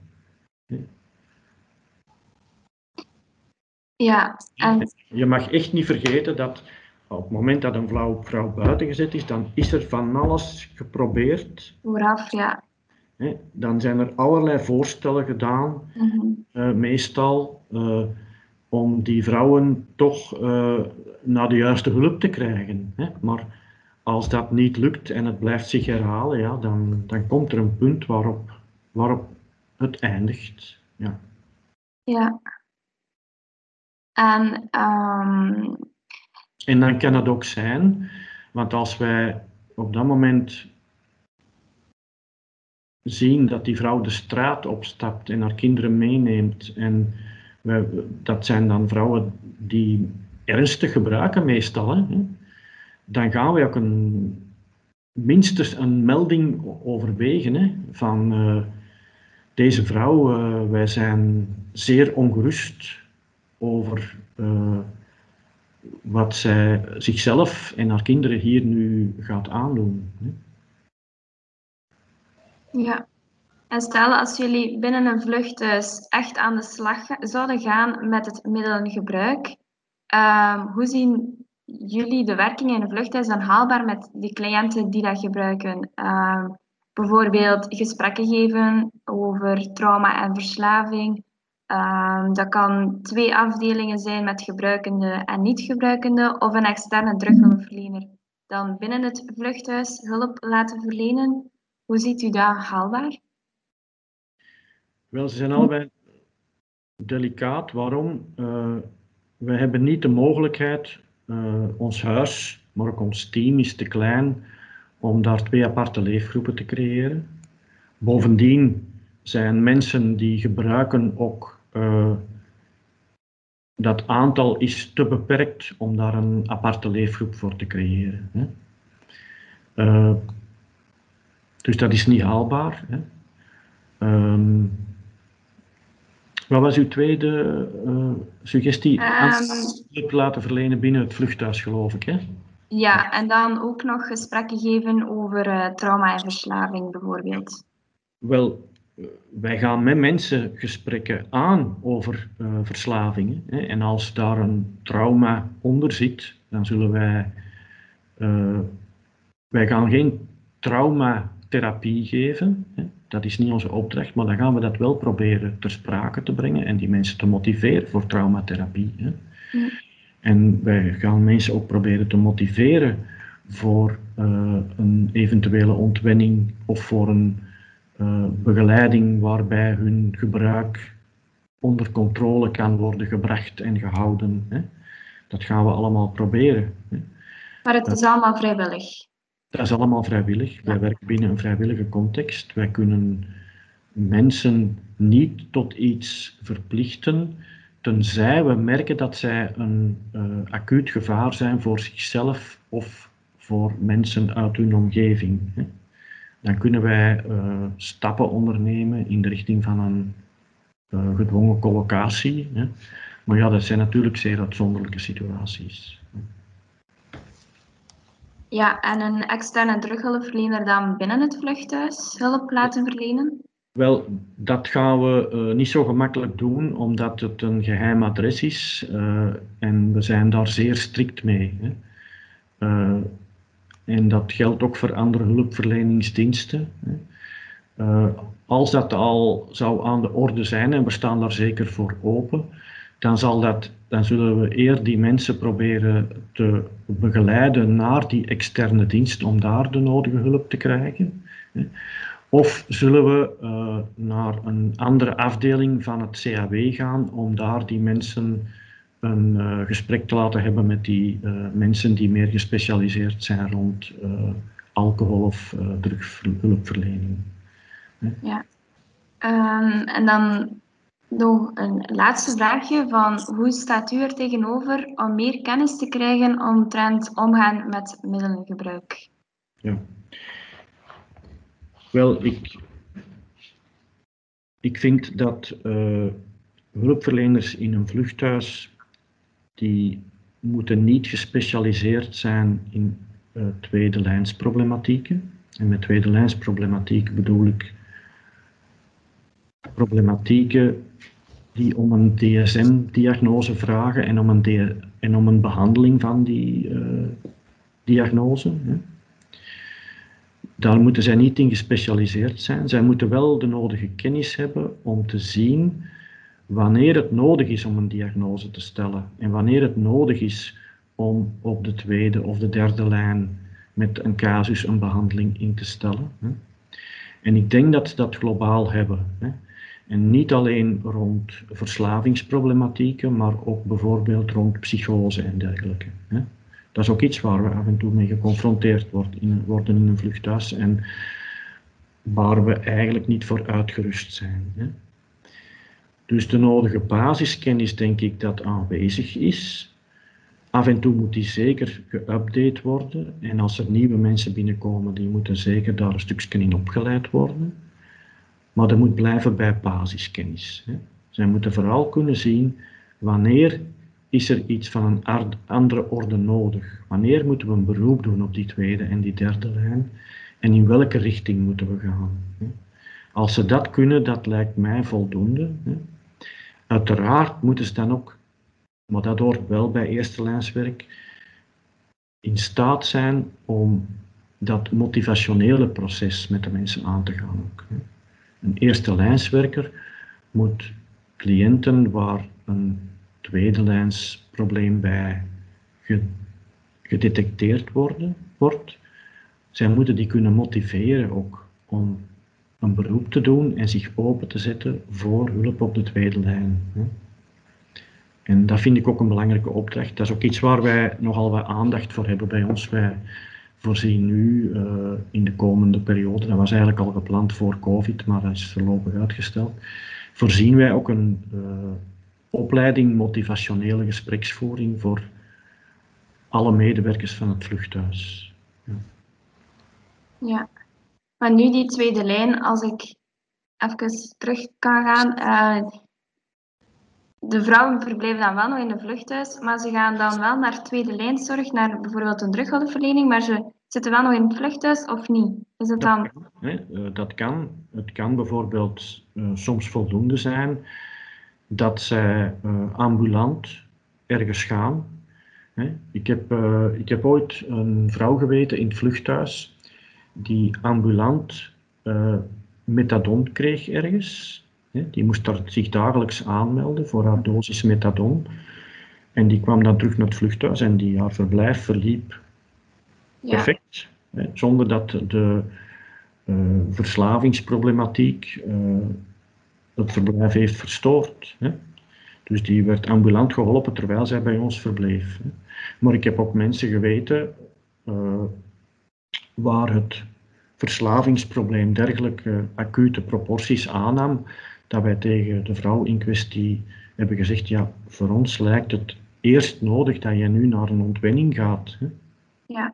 Ja, en... Je mag echt niet vergeten dat op het moment dat een vrouw, vrouw buiten gezet is, dan is er van alles geprobeerd. Vooraf, ja. Hè? Dan zijn er allerlei voorstellen gedaan, Mm-hmm. uh, meestal, uh, om die vrouwen toch uh, naar de juiste hulp te krijgen. Hè? Maar als dat niet lukt en het blijft zich herhalen, ja, dan, dan komt er een punt waarop, waarop het eindigt. Ja. Ja. En, um... en dan kan het ook zijn, want als wij op dat moment zien dat die vrouw de straat opstapt en haar kinderen meeneemt, en wij, dat zijn dan vrouwen die ernstig gebruiken meestal, hè, dan gaan we ook een, minstens een melding overwegen hè, van uh, deze vrouw, uh, wij zijn zeer ongerust over uh, wat zij zichzelf en haar kinderen hier nu gaat aandoen. Hè. Ja, en stel als jullie binnen een vluchthuis echt aan de slag zouden gaan met het middelengebruik, um, hoe zien jullie de werking in een vluchthuis dan haalbaar met die cliënten die dat gebruiken? Um, bijvoorbeeld gesprekken geven over trauma en verslaving. Um, dat kan twee afdelingen zijn met gebruikende en niet-gebruikende, of een externe drughulpverlener dan binnen het vluchthuis hulp laten verlenen. Hoe ziet u dat haalbaar? Wel, ze zijn allebei delicaat. Waarom? Uh, we hebben niet de mogelijkheid, uh, ons huis, maar ook ons team is te klein om daar twee aparte leefgroepen te creëren. Bovendien zijn mensen die gebruiken ook, uh, dat aantal is te beperkt om daar een aparte leefgroep voor te creëren. Hè. Uh, dus dat is niet haalbaar. Hè. Um, wat was uw tweede uh, suggestie? Um, laten verlenen binnen het vluchthuis, geloof ik, hè? Ja, en dan ook nog gesprekken geven over uh, trauma en verslaving, bijvoorbeeld. Wel, wij gaan met mensen gesprekken aan over uh, verslavingen. Hè? En als daar een trauma onder zit, dan zullen wij... Uh, wij gaan geen trauma therapie geven. Hè. Dat is niet onze opdracht, maar dan gaan we dat wel proberen ter sprake te brengen en die mensen te motiveren voor traumatherapie. Hè. Ja. En wij gaan mensen ook proberen te motiveren voor uh, een eventuele ontwenning of voor een uh, begeleiding waarbij hun gebruik onder controle kan worden gebracht en gehouden. Hè. Dat gaan we allemaal proberen. Hè. Maar het is allemaal vrijwillig. Dat is allemaal vrijwillig. Ja. Wij werken binnen een vrijwillige context. Wij kunnen mensen niet tot iets verplichten, tenzij we merken dat zij een uh, acuut gevaar zijn voor zichzelf of voor mensen uit hun omgeving. Hè. Dan kunnen wij uh, stappen ondernemen in de richting van een uh, gedwongen collocatie. Hè. Maar ja, dat zijn natuurlijk zeer uitzonderlijke situaties. Ja, en een externe drughulpverlener dan binnen het vluchthuis hulp laten verlenen? Wel, dat gaan we uh, niet zo gemakkelijk doen, omdat het een geheim adres is uh, en we zijn daar zeer strikt mee. Hè. Uh, en dat geldt ook voor andere hulpverleningsdiensten. Hè. Uh, als dat al zou aan de orde zijn, en we staan daar zeker voor open, dan, zal dat, dan zullen we eer die mensen proberen te begeleiden naar die externe dienst om daar de nodige hulp te krijgen. Hè. Of zullen we uh, naar een andere afdeling van het C A W gaan om daar die mensen een uh, gesprek te laten hebben met die uh, mensen die meer gespecialiseerd zijn rond uh, alcohol- of uh, drugshulpverlening. Ja. Um, en dan nog een laatste vraagje van hoe staat u er tegenover om meer kennis te krijgen omtrent omgaan met middelengebruik? Ja. Wel, ik, ik vind dat uh, hulpverleners in een vluchthuis, die moeten niet gespecialiseerd zijn in uh, tweede lijnsproblematieken. En met tweede lijnsproblematiek bedoel ik problematieken die om een D S M-diagnose vragen en om een, en om een behandeling van die uh, diagnose. Hè. Daar moeten zij niet in gespecialiseerd zijn. Zij moeten wel de nodige kennis hebben om te zien wanneer het nodig is om een diagnose te stellen en wanneer het nodig is om op de tweede of de derde lijn met een casus een behandeling in te stellen. En ik denk dat ze dat globaal hebben. En niet alleen rond verslavingsproblematieken, maar ook bijvoorbeeld rond psychose en dergelijke. Dat is ook iets waar we af en toe mee geconfronteerd worden in een vluchthuis en waar we eigenlijk niet voor uitgerust zijn. Dus de nodige basiskennis denk ik dat aanwezig is. Af en toe moet die zeker geüpdate worden en als er nieuwe mensen binnenkomen, die moeten zeker daar een stukje in opgeleid worden. Maar dat moet blijven bij basiskennis. Hè. Zij moeten vooral kunnen zien wanneer is er iets van een andere orde nodig. Wanneer moeten we een beroep doen op die tweede en die derde lijn en in welke richting moeten we gaan. Hè. Als ze dat kunnen, dat lijkt mij voldoende. Hè. Uiteraard moeten ze dan ook, maar dat hoort wel bij eerste lijnswerk, in staat zijn om dat motivationele proces met de mensen aan te gaan. Ook, hè. Een eerste lijnswerker moet cliënten waar een tweede lijns probleem bij gedetecteerd worden, wordt, zij moeten die kunnen motiveren ook om een beroep te doen en zich open te zetten voor hulp op de tweede lijn. En dat vind ik ook een belangrijke opdracht. Dat is ook iets waar wij nogal wat aandacht voor hebben bij ons. Wij voorzien nu uh, in de komende periode, dat was eigenlijk al gepland voor COVID, maar dat is voorlopig uitgesteld, voorzien wij ook een uh, opleiding motivationele gespreksvoering voor alle medewerkers van het vluchthuis. Ja. Ja, maar nu die tweede lijn, als ik even terug kan gaan. Uh, de vrouwen verblijven dan wel nog in een vluchthuis, maar ze gaan dan wel naar tweede lijnzorg, naar bijvoorbeeld een drughulpverlening, maar ze zitten wel nog in het vluchthuis of niet? Is het dan... Dat kan, hè? Uh, dat kan. Het kan bijvoorbeeld uh, soms voldoende zijn dat zij uh, ambulant ergens gaan. Hè? Ik heb, uh, ik heb ooit een vrouw geweten in het vluchthuis die ambulant uh, methadon kreeg ergens. Hè. Die moest daar zich dagelijks aanmelden voor haar dosis methadon. En die kwam dan terug naar het vluchthuis en die, haar verblijf verliep Ja. perfect. Hè, zonder dat de uh, verslavingsproblematiek uh, het verblijf heeft verstoord. Hè. Dus die werd ambulant geholpen terwijl zij bij ons verbleef. Hè. Maar ik heb ook mensen geweten uh, waar het verslavingsprobleem dergelijke acute proporties aannam, dat wij tegen de vrouw in kwestie hebben gezegd, ja, voor ons lijkt het eerst nodig dat je nu naar een ontwenning gaat. Hè. Ja.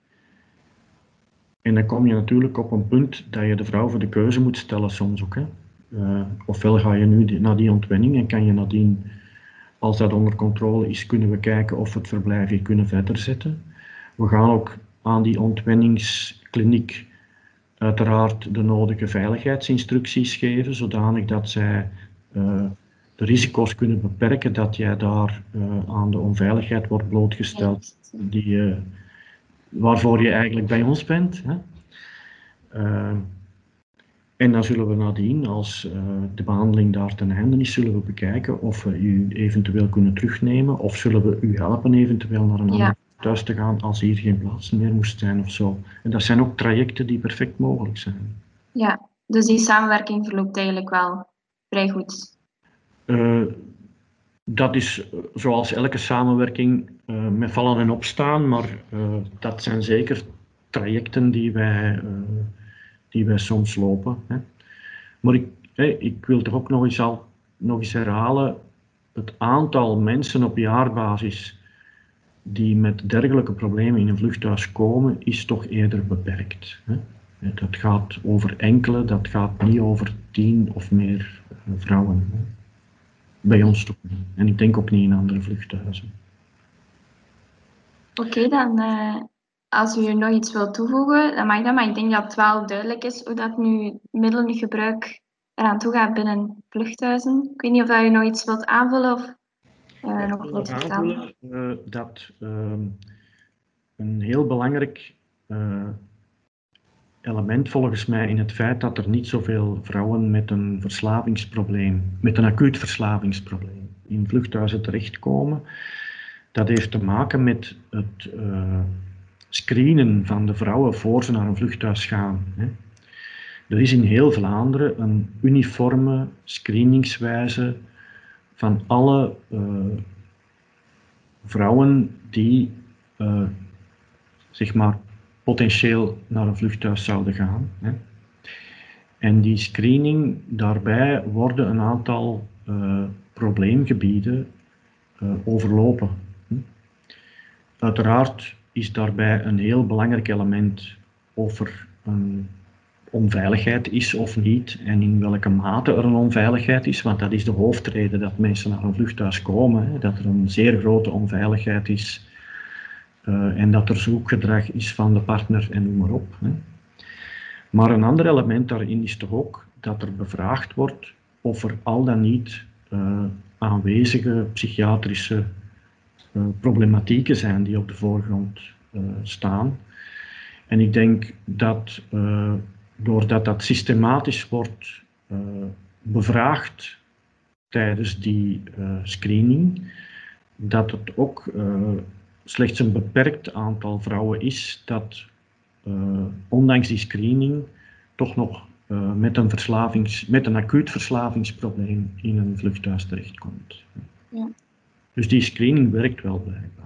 En dan kom je natuurlijk op een punt dat je de vrouw voor de keuze moet stellen soms ook. Hè. Uh, ofwel ga je nu die, naar die ontwenning en kan je nadien, als dat onder controle is, kunnen we kijken of we het verblijf hier kunnen verder zetten. We gaan ook aan die ontwenningskliniek uiteraard de nodige veiligheidsinstructies geven, zodanig dat zij uh, de risico's kunnen beperken dat jij daar uh, aan de onveiligheid wordt blootgesteld die, uh, waarvoor je eigenlijk bij ons bent. Hè. Uh, en dan zullen we nadien, als uh, de behandeling daar ten einde is, zullen we bekijken of we u eventueel kunnen terugnemen of zullen we u helpen eventueel naar een Ja. ander thuis te gaan als hier geen plaats meer moest zijn of zo. En dat zijn ook trajecten die perfect mogelijk zijn. Ja, dus die samenwerking verloopt eigenlijk wel vrij goed. Uh, dat is zoals elke samenwerking uh, met vallen en opstaan, maar uh, dat zijn zeker trajecten die wij, uh, die wij soms lopen. Hè. Maar ik, hey, ik wil toch ook nog eens, al, nog eens herhalen, het aantal mensen op jaarbasis die met dergelijke problemen in een vluchthuis komen, is toch eerder beperkt. Hè. Dat gaat over enkele, dat gaat niet over tien of meer vrouwen. Hè. Bij ons toch niet. En ik denk ook niet in andere vluchthuizen. Oké, okay, dan uh, als u er nog iets wilt toevoegen, dan mag dat, maar ik denk dat het wel duidelijk is hoe dat nu middelengebruik eraan toe gaat binnen vluchthuizen. Ik weet niet of dat u nog iets wilt aanvullen of uh, ik nog wil wilt nog vertellen. aanvullen uh, dat uh, een heel belangrijk uh, element volgens mij in het feit dat er niet zoveel vrouwen met een verslavingsprobleem, met een acuut verslavingsprobleem in vluchthuizen terechtkomen, dat heeft te maken met het uh, screenen van de vrouwen voor ze naar een vluchthuis gaan. Hè. Er is in heel Vlaanderen een uniforme screeningswijze van alle uh, vrouwen die uh, zeg maar potentieel naar een vluchthuis zouden gaan. Hè. En die screening, daarbij worden een aantal uh, probleemgebieden uh, overlopen. Hm. Uiteraard is daarbij een heel belangrijk element of er een onveiligheid is of niet en in welke mate er een onveiligheid is, want dat is de hoofdreden dat mensen naar een vluchthuis komen, hè, dat er een zeer grote onveiligheid is uh, en dat er zoekgedrag is van de partner en noem maar op. Hè. Maar een ander element daarin is toch ook dat er bevraagd wordt of er al dan niet uh, aanwezige psychiatrische uh, problematieken zijn die op de voorgrond uh, staan. En ik denk dat uh, doordat dat systematisch wordt uh, bevraagd tijdens die uh, screening, dat het ook uh, slechts een beperkt aantal vrouwen is dat uh, ondanks die screening toch nog uh, met, een verslavings, met een acuut verslavingsprobleem in een vluchthuis terechtkomt. Ja. Dus die screening werkt wel blijkbaar.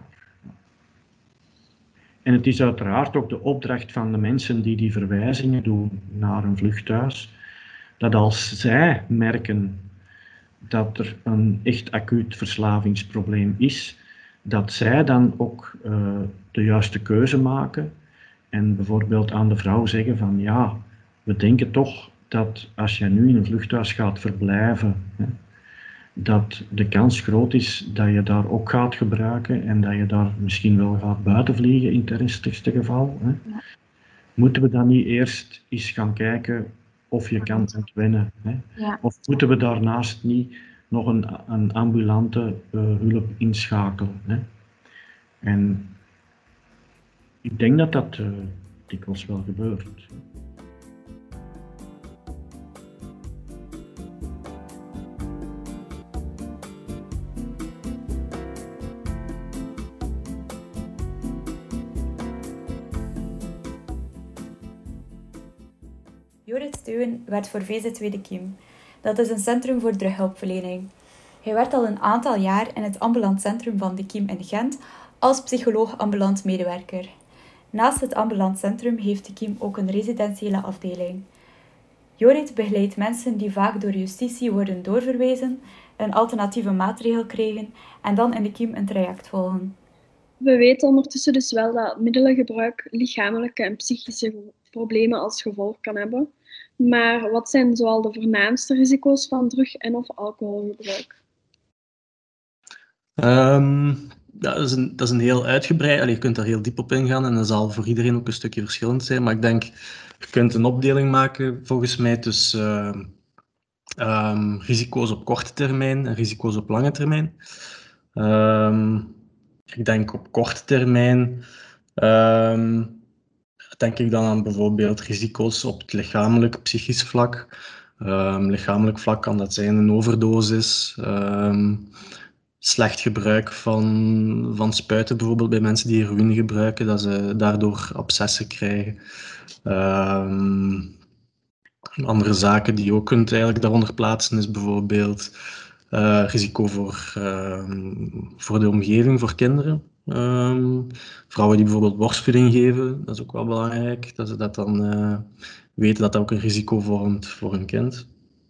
En het is uiteraard ook de opdracht van de mensen die die verwijzingen doen naar een vluchthuis, dat als zij merken dat er een echt acuut verslavingsprobleem is, dat zij dan ook uh, de juiste keuze maken en bijvoorbeeld aan de vrouw zeggen van ja, we denken toch dat als je nu in een vluchthuis gaat verblijven, hè, dat de kans groot is dat je daar ook gaat gebruiken en dat je daar misschien wel gaat buitenvliegen in het ernstigste geval. Hè. Ja. Moeten we dan niet eerst eens gaan kijken of je kan ontwennen? Hè? Ja. Of moeten we daarnaast niet nog een, een ambulante uh, hulp inschakelen? Hè? En ik denk dat dat, uh, dikwijls wel gebeurt. Jorrit Steuwen werkt voor V Z W de Kiem. Dat is een centrum voor drughulpverlening. Hij werkt al een aantal jaar in het ambulant centrum van de Kiem in Gent als psycholoog ambulant medewerker. Naast het ambulant centrum heeft de Kiem ook een residentiële afdeling. Jorrit begeleidt mensen die vaak door justitie worden doorverwezen, een alternatieve maatregel krijgen en dan in de Kiem een traject volgen. We weten ondertussen dus wel dat middelengebruik lichamelijke en psychische problemen als gevolg kan hebben. Maar wat zijn zoal de voornaamste risico's van drug- en of alcoholgebruik? Um, ja, dat, is een, dat is een heel uitgebreid, allee, je kunt daar heel diep op ingaan en dat zal voor iedereen ook een stukje verschillend zijn. Maar ik denk, je kunt een opdeling maken volgens mij tussen uh, um, risico's op korte termijn en risico's op lange termijn. Um, ik denk op korte termijn um, denk ik dan aan bijvoorbeeld risico's op het lichamelijk, psychisch vlak. Um, lichamelijk vlak kan dat zijn een overdosis, um, slecht gebruik van, van spuiten bijvoorbeeld bij mensen die heroïne gebruiken, dat ze daardoor abscessen krijgen. Um, andere zaken die je ook kunt eigenlijk daaronder plaatsen is bijvoorbeeld uh, risico voor, um, voor de omgeving, voor kinderen. Um, vrouwen die bijvoorbeeld borstvoeding geven, dat is ook wel belangrijk, dat ze dat dan uh, weten dat dat ook een risico vormt voor hun kind.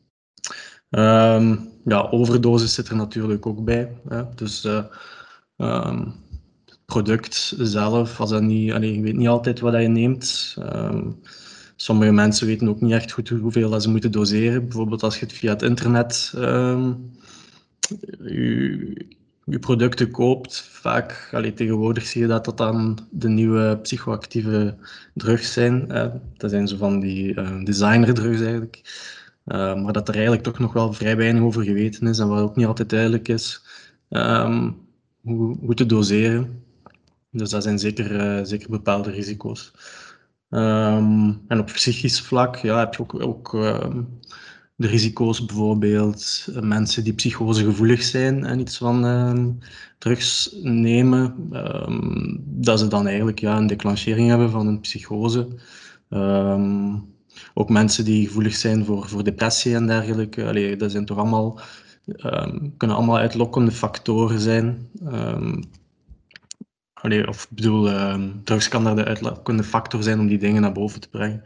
Um, ja, overdosis zit er natuurlijk ook bij. Hè. Dus uh, um, het product zelf, als dat niet, allee, je weet niet altijd wat je neemt. Um, sommige mensen weten ook niet echt goed hoeveel dat ze moeten doseren. Bijvoorbeeld als je het via het internet um, je, je producten koopt. Vaak, allee, tegenwoordig zie je dat dat dan de nieuwe psychoactieve drugs zijn. Hè. Dat zijn zo van die uh, designerdrugs eigenlijk. Uh, maar dat er eigenlijk toch nog wel vrij weinig over geweten is en wat ook niet altijd duidelijk is um, hoe, hoe te doseren. Dus dat zijn zeker, uh, zeker bepaalde risico's. Um, en op psychisch vlak ja, heb je ook, ook uh, de risico's bijvoorbeeld uh, mensen die psychosegevoelig zijn en iets van uh, drugs nemen, um, dat ze dan eigenlijk ja, een declenchering hebben van een psychose. Um, Ook mensen die gevoelig zijn voor, voor depressie en dergelijke. Allee, dat zijn toch allemaal, um, kunnen allemaal uitlokkende factoren zijn. Um, allee, of ik bedoel, um, drugs kan daar de uitlokkende factor zijn om die dingen naar boven te brengen.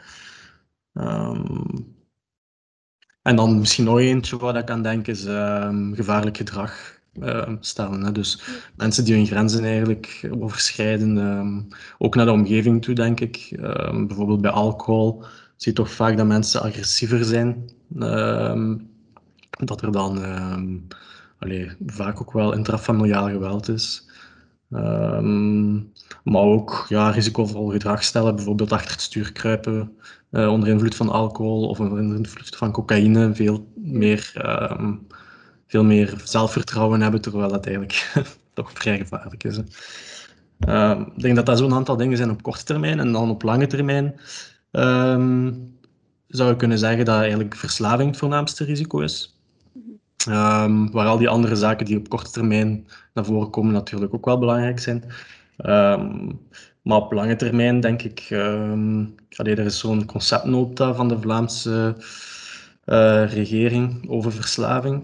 Um, en dan misschien nog eentje waar ik aan denk is um, gevaarlijk gedrag uh, stellen. Hè. Dus mensen die hun grenzen eigenlijk overschrijden, um, ook naar de omgeving toe denk ik. Um, bijvoorbeeld bij alcohol zie je toch vaak dat mensen agressiever zijn. Um, dat er dan um, allee, vaak ook wel intrafamiliaal geweld is. Um, maar ook ja, risicovol gedrag stellen, bijvoorbeeld achter het stuur kruipen uh, onder invloed van alcohol of onder invloed van cocaïne. Veel meer, um, veel meer zelfvertrouwen hebben, terwijl dat eigenlijk toch vrij gevaarlijk is. Hè. Um, ik denk dat dat zo'n aantal dingen zijn op korte termijn en dan op lange termijn. Um, zou je kunnen zeggen dat eigenlijk verslaving het voornaamste risico is. Um, waar al die andere zaken die op korte termijn naar voren komen natuurlijk ook wel belangrijk zijn. Um, maar op lange termijn denk ik, um, allee, er is zo'n conceptnota van de Vlaamse uh, regering over verslaving.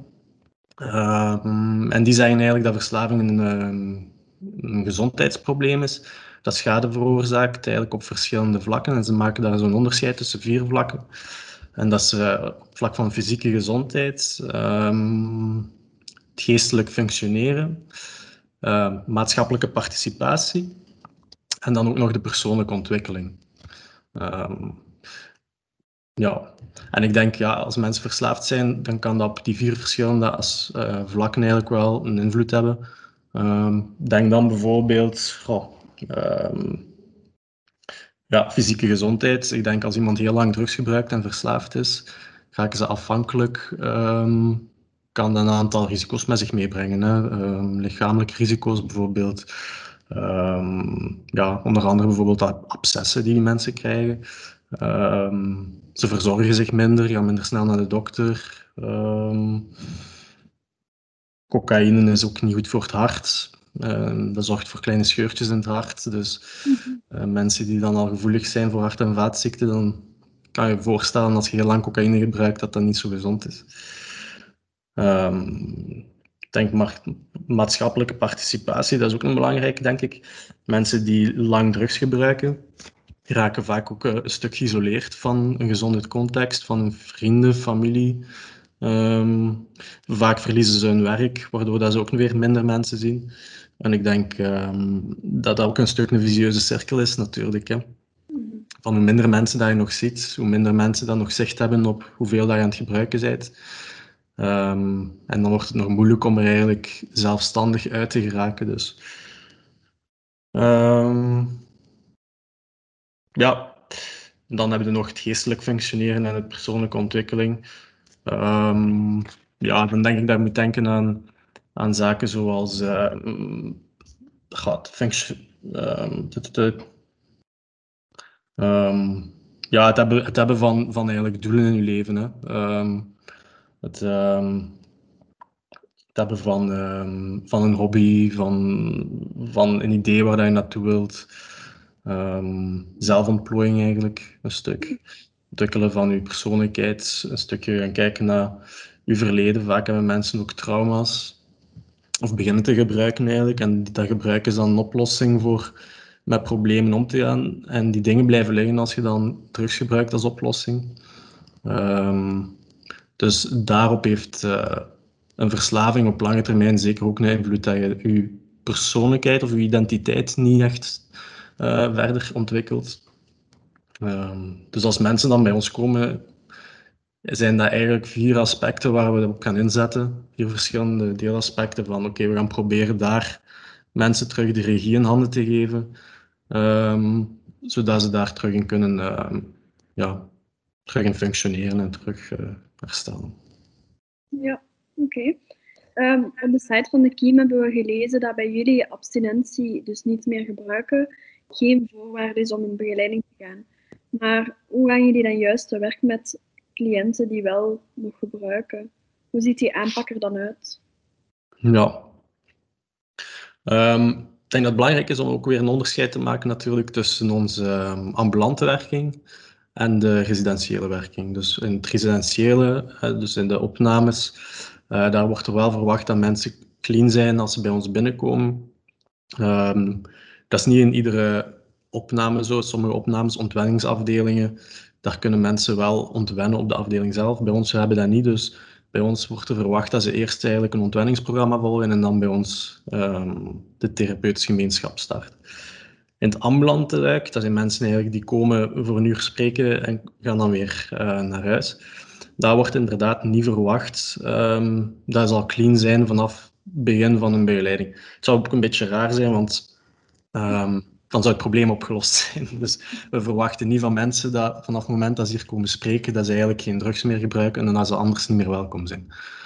Um, en die zeggen eigenlijk dat verslaving een, um, een gezondheidsprobleem is. Dat schade veroorzaakt eigenlijk op verschillende vlakken. En ze maken daar zo'n onderscheid tussen vier vlakken. En dat is uh, op het vlak van fysieke gezondheid, um, het geestelijk functioneren, uh, maatschappelijke participatie en dan ook nog de persoonlijke ontwikkeling. Um, ja, en ik denk, ja, als mensen verslaafd zijn, dan kan dat op die vier verschillende as, uh, vlakken eigenlijk wel een invloed hebben. Um, denk dan bijvoorbeeld... Oh, Um, ja, fysieke gezondheid. Ik denk als iemand heel lang drugs gebruikt en verslaafd is, raken ze afhankelijk. Um, kan dat een aantal risico's met zich meebrengen. Hè. Um, lichamelijke risico's bijvoorbeeld. Um, ja, onder andere bijvoorbeeld abscessen die mensen krijgen. Um, ze verzorgen zich minder, gaan minder snel naar de dokter. Um, cocaïne is ook niet goed voor het hart. Uh, dat zorgt voor kleine scheurtjes in het hart. Dus uh, mensen die dan al gevoelig zijn voor hart- en vaatziekten, dan kan je je voorstellen als je heel lang cocaïne gebruikt dat dat niet zo gezond is. Um, ik denk maar maatschappelijke participatie, dat is ook een belangrijke, denk ik. Mensen die lang drugs gebruiken, raken vaak ook een stuk geïsoleerd van een gezonde context, van hun vrienden, familie. Um, vaak verliezen ze hun werk, waardoor dat ze ook weer minder mensen zien. En ik denk um, dat dat ook een stuk een visieuze cirkel is natuurlijk. Hè. Van hoe minder mensen dat je nog ziet, hoe minder mensen dat nog zicht hebben op hoeveel dat je aan het gebruiken bent. Um, en dan wordt het nog moeilijk om er eigenlijk zelfstandig uit te geraken. Dus. Um, ja, dan hebben we nog het geestelijk functioneren en het persoonlijke ontwikkeling. Um, ja, dan denk ik dat je moet denken aan, aan zaken zoals uh, gaat, function, um, um, ja, het hebben, het hebben van, van eigenlijk doelen in je leven. Hè. Um, het, um, het hebben van, um, van een hobby, van, van een idee waar je naartoe wilt. Um, zelfontplooiing eigenlijk, een stuk. Ontwikkelen van je persoonlijkheid, een stukje gaan kijken naar je verleden. Vaak hebben mensen ook trauma's, of beginnen te gebruiken eigenlijk. En dat gebruiken is dan een oplossing voor met problemen om te gaan. En die dingen blijven liggen als je dan drugs gebruikt als oplossing. Um, dus daarop heeft uh, een verslaving op lange termijn zeker ook een invloed dat je je persoonlijkheid of je identiteit niet echt uh, verder ontwikkelt. Um, dus als mensen dan bij ons komen, zijn dat eigenlijk vier aspecten waar we op gaan inzetten. Vier verschillende deelaspecten van oké, okay, we gaan proberen daar mensen terug de regie in handen te geven, um, zodat ze daar terug in kunnen uh, ja, terug in functioneren en terug uh, herstellen. Ja, oké. Okay. Um, op de site van de K I E M hebben we gelezen dat bij jullie abstinentie, dus niet meer gebruiken, geen voorwaarde is om in begeleiding te gaan. Maar hoe gaan jullie dan juist te werk met cliënten die wel nog gebruiken? Hoe ziet die aanpak er dan uit? Ja. Um, ik denk dat het belangrijk is om ook weer een onderscheid te maken natuurlijk tussen onze um, ambulante werking en de residentiële werking. Dus in het residentiële, uh, dus in de opnames, uh, daar wordt er wel verwacht dat mensen clean zijn als ze bij ons binnenkomen. Um, dat is niet in iedere opname zo. Sommige opnames, ontwenningsafdelingen, daar kunnen mensen wel ontwennen op de afdeling zelf. Bij ons hebben we dat niet, dus bij ons wordt er verwacht dat ze eerst eigenlijk een ontwenningsprogramma volgen en dan bij ons um, de therapeutische gemeenschap start. In het ambulante luik, dat zijn mensen eigenlijk die komen voor een uur spreken en gaan dan weer uh, naar huis. Daar wordt inderdaad niet verwacht um, dat ze al clean zijn vanaf het begin van een begeleiding. Het zou ook een beetje raar zijn, want um, dan zou het probleem opgelost zijn. Dus we verwachten niet van mensen dat vanaf het moment dat ze hier komen spreken, dat ze eigenlijk geen drugs meer gebruiken en dat ze anders niet meer welkom zijn.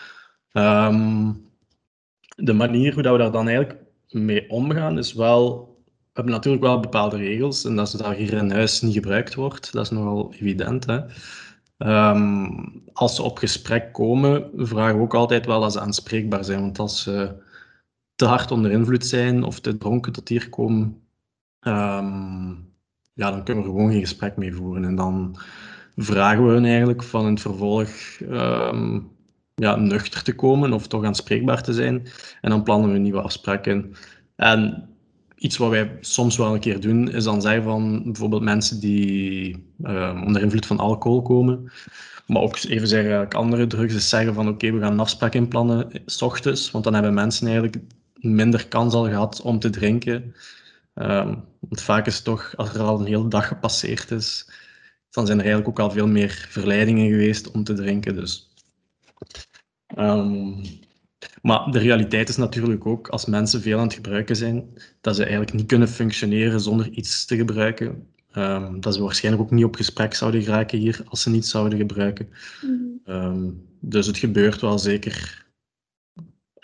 Um, de manier hoe dat we daar dan eigenlijk mee omgaan is wel... We hebben natuurlijk wel bepaalde regels en dat ze daar hier in huis niet gebruikt wordt. Dat is nogal evident. Hè? Um, als ze op gesprek komen, vragen we ook altijd wel dat ze aanspreekbaar zijn. Want als ze te hard onder invloed zijn of te dronken tot hier komen, um, ja, dan kunnen we gewoon geen gesprek mee voeren. En dan vragen we hen eigenlijk van in het vervolg um, ja, nuchter te komen of toch aanspreekbaar te zijn. En dan plannen we nieuwe afspraken. En iets wat wij soms wel een keer doen, is dan zeggen van bijvoorbeeld mensen die uh, onder invloed van alcohol komen, maar ook even zeggen andere drugs, is zeggen van oké, okay, we gaan een afspraak inplannen 's ochtends, want dan hebben mensen eigenlijk minder kans al gehad om te drinken. Um, want vaak is het toch, als er al een hele dag gepasseerd is, dan zijn er eigenlijk ook al veel meer verleidingen geweest om te drinken. Dus. Um, Maar de realiteit is natuurlijk ook, als mensen veel aan het gebruiken zijn, dat ze eigenlijk niet kunnen functioneren zonder iets te gebruiken. Um, dat ze waarschijnlijk ook niet op gesprek zouden geraken hier als ze niets zouden gebruiken. Mm-hmm. Um, dus het gebeurt wel zeker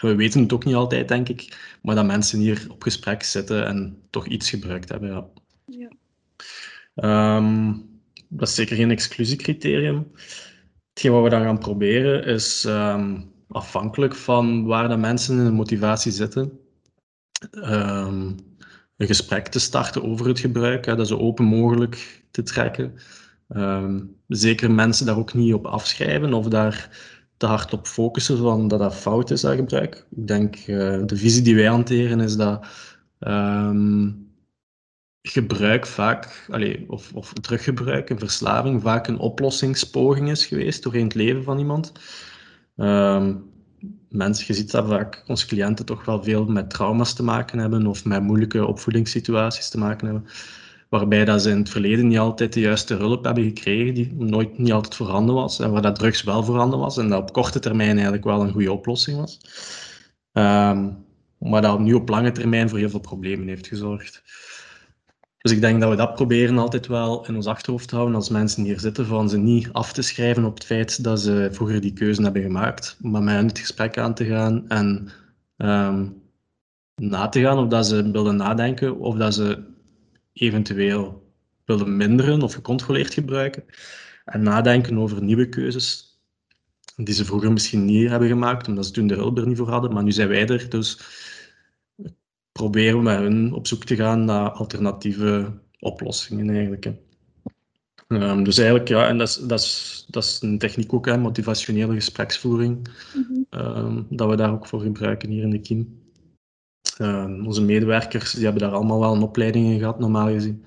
we weten het ook niet altijd, denk ik, maar dat mensen hier op gesprek zitten en toch iets gebruikt hebben. Ja. Ja. Um, dat is zeker geen exclusiecriterium. Hetgeen wat we dan gaan proberen is, um, afhankelijk van waar de mensen in de motivatie zitten, um, een gesprek te starten over het gebruik, hè, dat zo open mogelijk te trekken. Um, zeker mensen daar ook niet op afschrijven of daar te hard op focussen van dat dat fout is, dat gebruik. Ik denk, uh, de visie die wij hanteren is dat um, gebruik vaak, allez, of, of teruggebruik, een verslaving, vaak een oplossingspoging is geweest doorheen het leven van iemand. Um, mensen, je ziet dat vaak onze cliënten toch wel veel met trauma's te maken hebben of met moeilijke opvoedingssituaties te maken hebben, waarbij dat ze in het verleden niet altijd de juiste hulp hebben gekregen, die nooit niet altijd voorhanden was, en waar dat drugs wel voorhanden was, en dat op korte termijn eigenlijk wel een goede oplossing was. Um, maar dat nu op lange termijn voor heel veel problemen heeft gezorgd. Dus ik denk dat we dat proberen altijd wel in ons achterhoofd te houden als mensen hier zitten, van ze niet af te schrijven op het feit dat ze vroeger die keuze hebben gemaakt, maar met hen het gesprek aan te gaan en um, na te gaan of dat ze willen nadenken of dat ze eventueel willen minderen of gecontroleerd gebruiken en nadenken over nieuwe keuzes die ze vroeger misschien niet hebben gemaakt, omdat ze toen de hulp er niet voor hadden, maar nu zijn wij er, dus proberen we met hun op zoek te gaan naar alternatieve oplossingen eigenlijk. Hè. Um, dus eigenlijk, ja, en dat is, dat is, dat is een techniek ook, hè, motivationele gespreksvoering, mm-hmm. um, dat we daar ook voor gebruiken hier in de K I M. Um, onze medewerkers die hebben daar allemaal wel een opleiding in gehad, normaal gezien.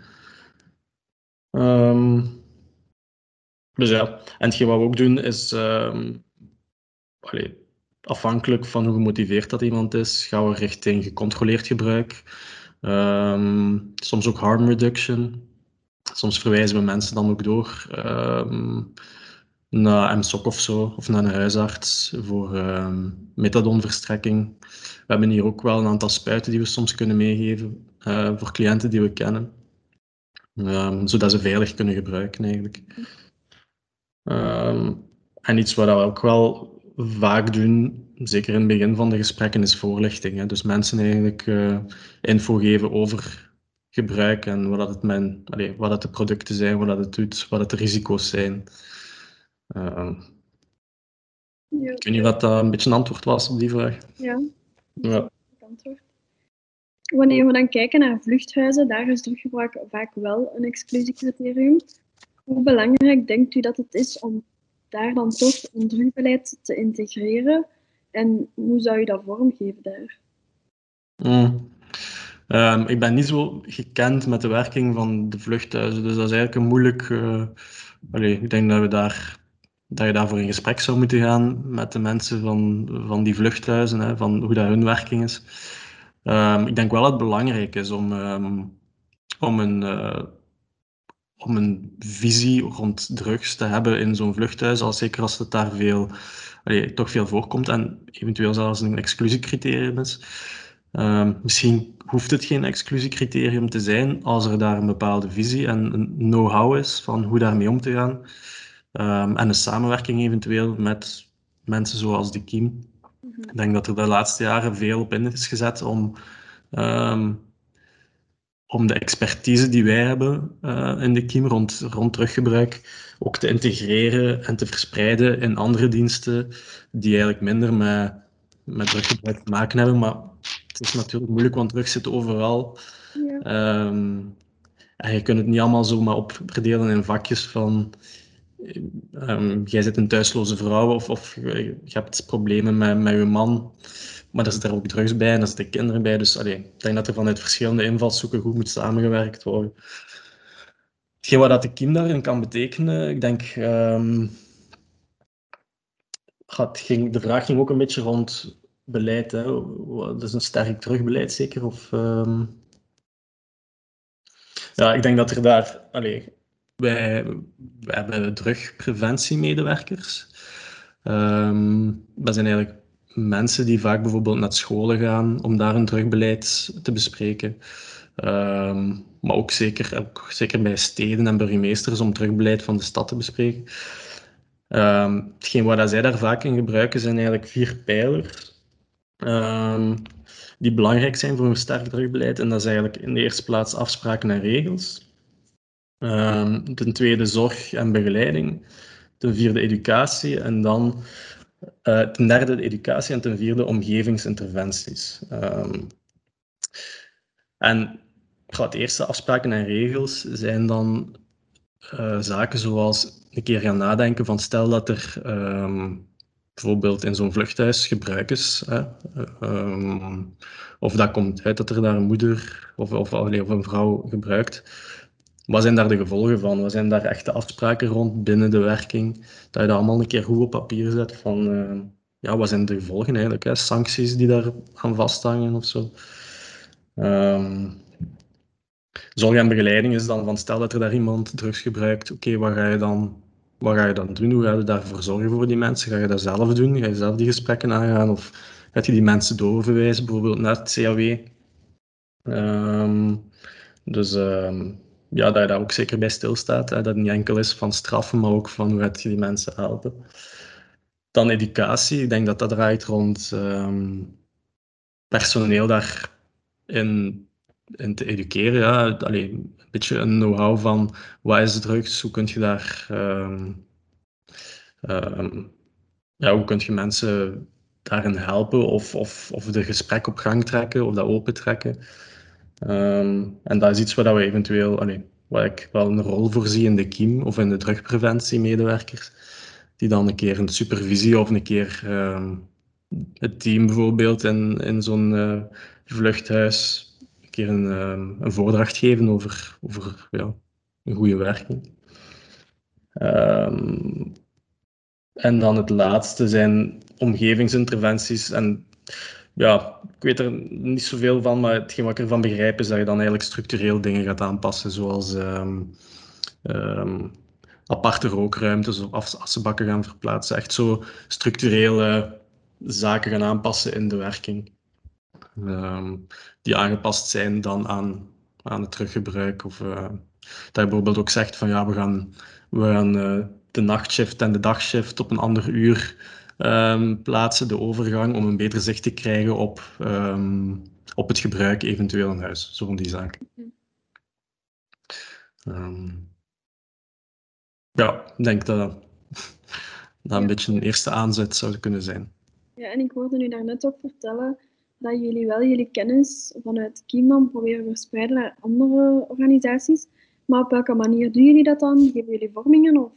Um, dus ja, en hetgeen wat we ook doen is, um, allee, afhankelijk van hoe gemotiveerd dat iemand is, gaan we richting gecontroleerd gebruik. Um, soms ook harm reduction. Soms verwijzen we mensen dan ook door um, naar M S O C of zo, of naar een huisarts voor um, methadonverstrekking. We hebben hier ook wel een aantal spuiten die we soms kunnen meegeven uh, voor cliënten die we kennen. Um, zodat ze veilig kunnen gebruiken eigenlijk. Um, en iets wat we ook wel vaak doen, zeker in het begin van de gesprekken, is voorlichting. Hè. Dus mensen eigenlijk uh, info geven over gebruik en wat, dat het mijn, allez, wat dat de producten zijn, wat dat het doet, wat dat de risico's zijn. Uh, ja. Ik weet niet wat dat een beetje een antwoord was op die vraag. Ja, ja. Antwoord. Wanneer we dan kijken naar vluchthuizen, daar is druggebruik vaak wel een exclusiecriterium. Hoe belangrijk denkt u dat het is om daar dan toch een drugbeleid te integreren? En hoe zou je dat vormgeven daar? Mm. Um, ik ben niet zo gekend met de werking van de vluchthuizen, dus dat is eigenlijk een moeilijk... Uh, allee, ik denk dat, we daar, dat je daarvoor in gesprek zou moeten gaan met de mensen van, van die vluchthuizen, hè, van hoe dat hun werking is. Um, ik denk wel dat het belangrijk is om, um, om een... Uh, om een visie rond drugs te hebben in zo'n vluchthuis, al zeker als het daar veel, allee, toch veel voorkomt en eventueel zelfs een exclusiecriterium is. Um, misschien hoeft het geen exclusiecriterium te zijn als er daar een bepaalde visie en een know-how is van hoe daarmee om te gaan. Um, en een samenwerking eventueel met mensen zoals de K I M. Mm-hmm. Ik denk dat er de laatste jaren veel op in is gezet om... Um, om de expertise die wij hebben uh, in de K I M rond, rond teruggebruik ook te integreren en te verspreiden in andere diensten die eigenlijk minder met, met teruggebruik te maken hebben. Maar het is natuurlijk moeilijk, want terug zit overal. Ja. Um, en je kunt het niet allemaal zomaar opverdelen in vakjes van... Um, jij zit een thuisloze vrouw of, of je hebt problemen met, met je man... Maar daar zitten er ook drugs bij en daar zitten kinderen bij. Dus allee, ik denk dat er vanuit verschillende invalshoeken goed moet samengewerkt worden. Hetgeen wat de K I M daarin kan betekenen, ik denk... Um, het ging, de vraag ging ook een beetje rond beleid. Hè. Dat is een sterk terugbeleid zeker? Of, um... Ja, ik denk dat er daar... Allee, wij, wij hebben drugpreventiemedewerkers. Um, dat zijn eigenlijk... mensen die vaak bijvoorbeeld naar scholen gaan om daar een drugbeleid te bespreken. Um, maar ook zeker, ook zeker bij steden en burgemeesters om drugbeleid van de stad te bespreken. Um, hetgeen wat zij daar vaak in gebruiken zijn eigenlijk vier pijlers. um, die belangrijk zijn voor een sterk drugbeleid. En dat is eigenlijk in de eerste plaats afspraken en regels. Um, ten tweede zorg en begeleiding. Ten vierde educatie. En dan uh, ten derde de educatie en ten vierde omgevingsinterventies. Um, en het eerste afspraken en regels zijn dan uh, zaken zoals een keer gaan nadenken van stel dat er um, bijvoorbeeld in zo'n vluchthuis gebruik is, hè, um, of dat komt uit dat er daar een moeder of, of, of een vrouw gebruikt. Wat zijn daar de gevolgen van? Wat zijn daar echte afspraken rond binnen de werking? Dat je dat allemaal een keer goed op papier zet van uh, ja, wat zijn de gevolgen eigenlijk? Hè? Sancties die daar aan vasthangen of zo. Um, Zorg en begeleiding is dan van stel dat er daar iemand drugs gebruikt, oké, okay, wat ga je dan wat ga je dan doen? Hoe ga je daarvoor zorgen voor die mensen? Ga je dat zelf doen? Ga je zelf die gesprekken aangaan? Of ga je die mensen doorverwijzen, bijvoorbeeld naar het C A W? Um, dus um, ja, dat je daar ook zeker bij stilstaat. Hè? Dat het niet enkel is van straffen, maar ook van hoe ga je die mensen helpen. Dan educatie. Ik denk dat dat draait rond um, personeel daarin in te educeren. Ja. Allee, een beetje een know-how van wat is drugs, hoe kun je daar um, um, ja, hoe kun je mensen daarin helpen of, of, of de gesprek op gang trekken of dat opentrekken. Um, en dat is iets waar we eventueel, allee, waar ik wel een rol voor zie in de K I M of in de drugpreventiemedewerkers, die dan een keer een supervisie of een keer um, het team bijvoorbeeld in, in zo'n uh, vluchthuis een keer een, um, een voordracht geven over, over ja, een goede werking. Um, en dan het laatste zijn omgevingsinterventies. En ja, ik weet er niet zoveel van, maar hetgeen wat ik ervan begrijp is dat je dan eigenlijk structureel dingen gaat aanpassen, zoals um, um, aparte rookruimtes of assenbakken gaan verplaatsen. Echt zo structurele zaken gaan aanpassen in de werking. Um, die aangepast zijn dan aan, aan het teruggebruik. Of uh, dat je bijvoorbeeld ook zegt van ja, we gaan, we gaan uh, de nachtshift en de dagshift op een ander uur um, plaatsen, de overgang, om een beter zicht te krijgen op, um, op het gebruik eventueel in huis. Zo van die zaken. Um, ja, ik denk dat dat een ja. beetje een eerste aanzet zou kunnen zijn. Ja, en ik hoorde u daarnet ook vertellen dat jullie wel jullie kennis vanuit K I M dan proberen verspreiden naar andere organisaties. Maar op welke manier doen jullie dat dan? Geven jullie vormingen? Of?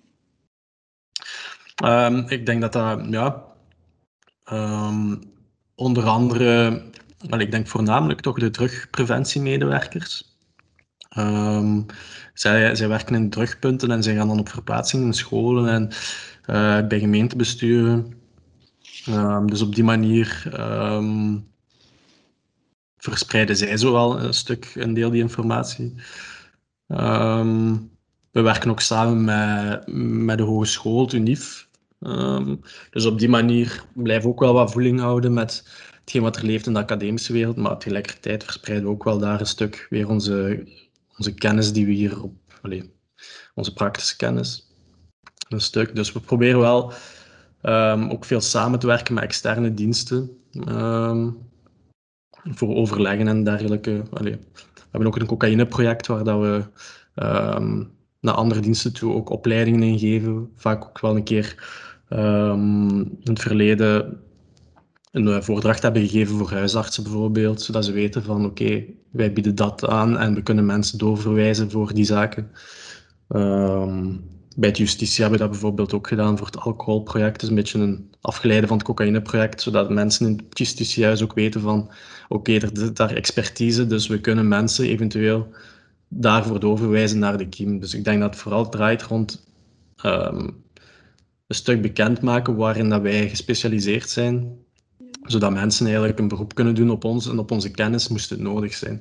Um, ik denk dat dat, ja, um, onder andere, well, ik denk voornamelijk toch de drugpreventiemedewerkers. Um, zij, zij werken in drugpunten en zij gaan dan op verplaatsing in scholen en uh, bij gemeentebesturen. Um, dus op die manier um, verspreiden zij zo wel een stuk, een deel die informatie. Um, we werken ook samen met, met de hogeschool, het U N I F. Um, dus op die manier blijven we ook wel wat voeling houden met hetgeen wat er leeft in de academische wereld, maar tegelijkertijd verspreiden we ook wel daar een stuk weer onze, onze kennis die we hier op, allez, onze praktische kennis, een stuk. Dus we proberen wel um, ook veel samen te werken met externe diensten um, voor overleggen en dergelijke. Allez, we hebben ook een cocaïneproject waar dat we um, naar andere diensten toe ook opleidingen in geven. Vaak ook wel een keer um, in het verleden een voordracht hebben gegeven voor huisartsen bijvoorbeeld, zodat ze weten van oké, okay, wij bieden dat aan en we kunnen mensen doorverwijzen voor die zaken. Um, bij het justitie hebben we dat bijvoorbeeld ook gedaan voor het alcoholproject. Het is een beetje een afgeleide van het cocaïneproject, zodat mensen in het justitiehuis ook weten van oké, okay, er zit daar expertise, dus we kunnen mensen eventueel daarvoor doorverwijzen naar de K I M. Dus ik denk dat het vooral draait rond um, een stuk bekendmaken waarin dat wij gespecialiseerd zijn, zodat mensen eigenlijk een beroep kunnen doen op ons en op onze kennis, moest het nodig zijn.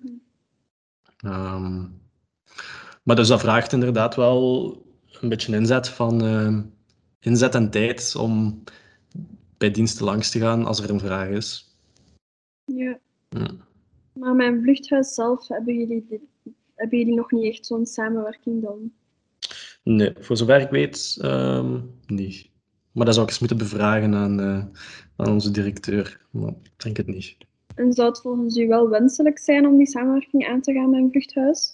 Um, maar dus dat vraagt inderdaad wel een beetje inzet van uh, inzet en tijd om bij diensten langs te gaan als er een vraag is. Ja. ja. Maar met een vluchthuis zelf hebben jullie, dit, hebben jullie nog niet echt zo'n samenwerking dan? Nee, voor zover ik weet, um, niet. Maar dat zou ik eens moeten bevragen aan, uh, aan onze directeur. Maar ik denk het niet. En zou het volgens u wel wenselijk zijn om die samenwerking aan te gaan met een vluchthuis?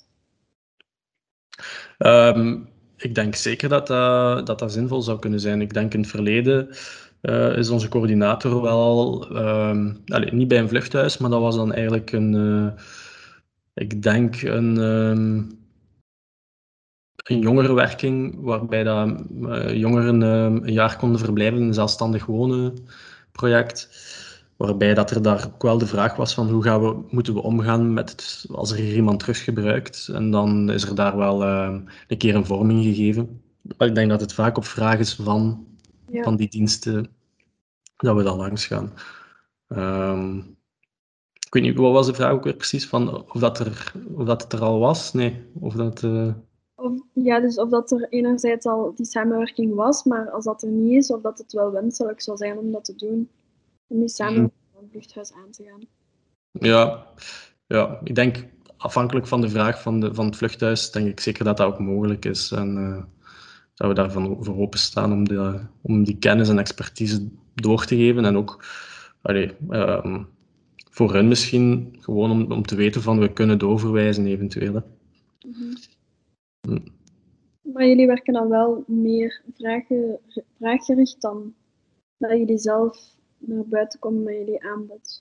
Um, ik denk zeker dat dat, dat dat zinvol zou kunnen zijn. Ik denk in het verleden uh, is onze coördinator wel, um, allez, niet bij een vluchthuis, maar dat was dan eigenlijk een, uh, ik denk een, um, een jongerenwerking waarbij dat, uh, jongeren uh, een jaar konden verblijven in een zelfstandig wonen project. Waarbij dat er daar ook wel de vraag was van hoe gaan we, moeten we omgaan met het, als er hier iemand terug gebruikt. En dan is er daar wel uh, een keer een vorming gegeven. Maar ik denk dat het vaak op vraag is van, ja. van die diensten dat we dan langs gaan. Um, ik weet niet, wat was de vraag ook weer precies? Van of, dat er, of dat het er al was? Nee, of dat... Uh... Of, ja, dus of dat er enerzijds al die samenwerking was, maar als dat er niet is, of dat het wel wenselijk zou zijn om dat te doen. Om die samenwerking van het vluchthuis aan te gaan. Ja, ja, ik denk afhankelijk van de vraag van, de, van het vluchthuis, denk ik zeker dat dat ook mogelijk is. En uh, dat we daarvan voor openstaan om, de, om die kennis en expertise door te geven. En ook allee, uh, voor hun misschien gewoon om, om te weten van we kunnen doorverwijzen eventueel. Mm-hmm. Mm. Maar jullie werken dan wel meer vragen, vraaggericht dan dat jullie zelf naar buiten komen met jullie aanbod?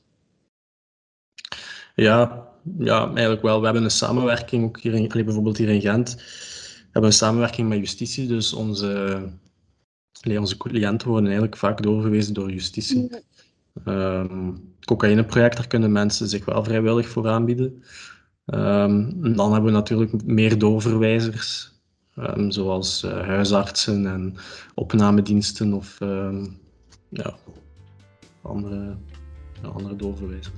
Ja, ja, eigenlijk wel. We hebben een samenwerking, ook hier in, bijvoorbeeld hier in Gent, we hebben een samenwerking met justitie, dus onze, onze cliënten worden eigenlijk vaak doorverwezen door justitie. Ja. Um, cocaïneproject, daar kunnen mensen zich wel vrijwillig voor aanbieden. Um, en dan hebben we natuurlijk meer doorverwijzers, um, zoals uh, huisartsen en opnamediensten of um, ja, andere, ja, andere doorverwijzers.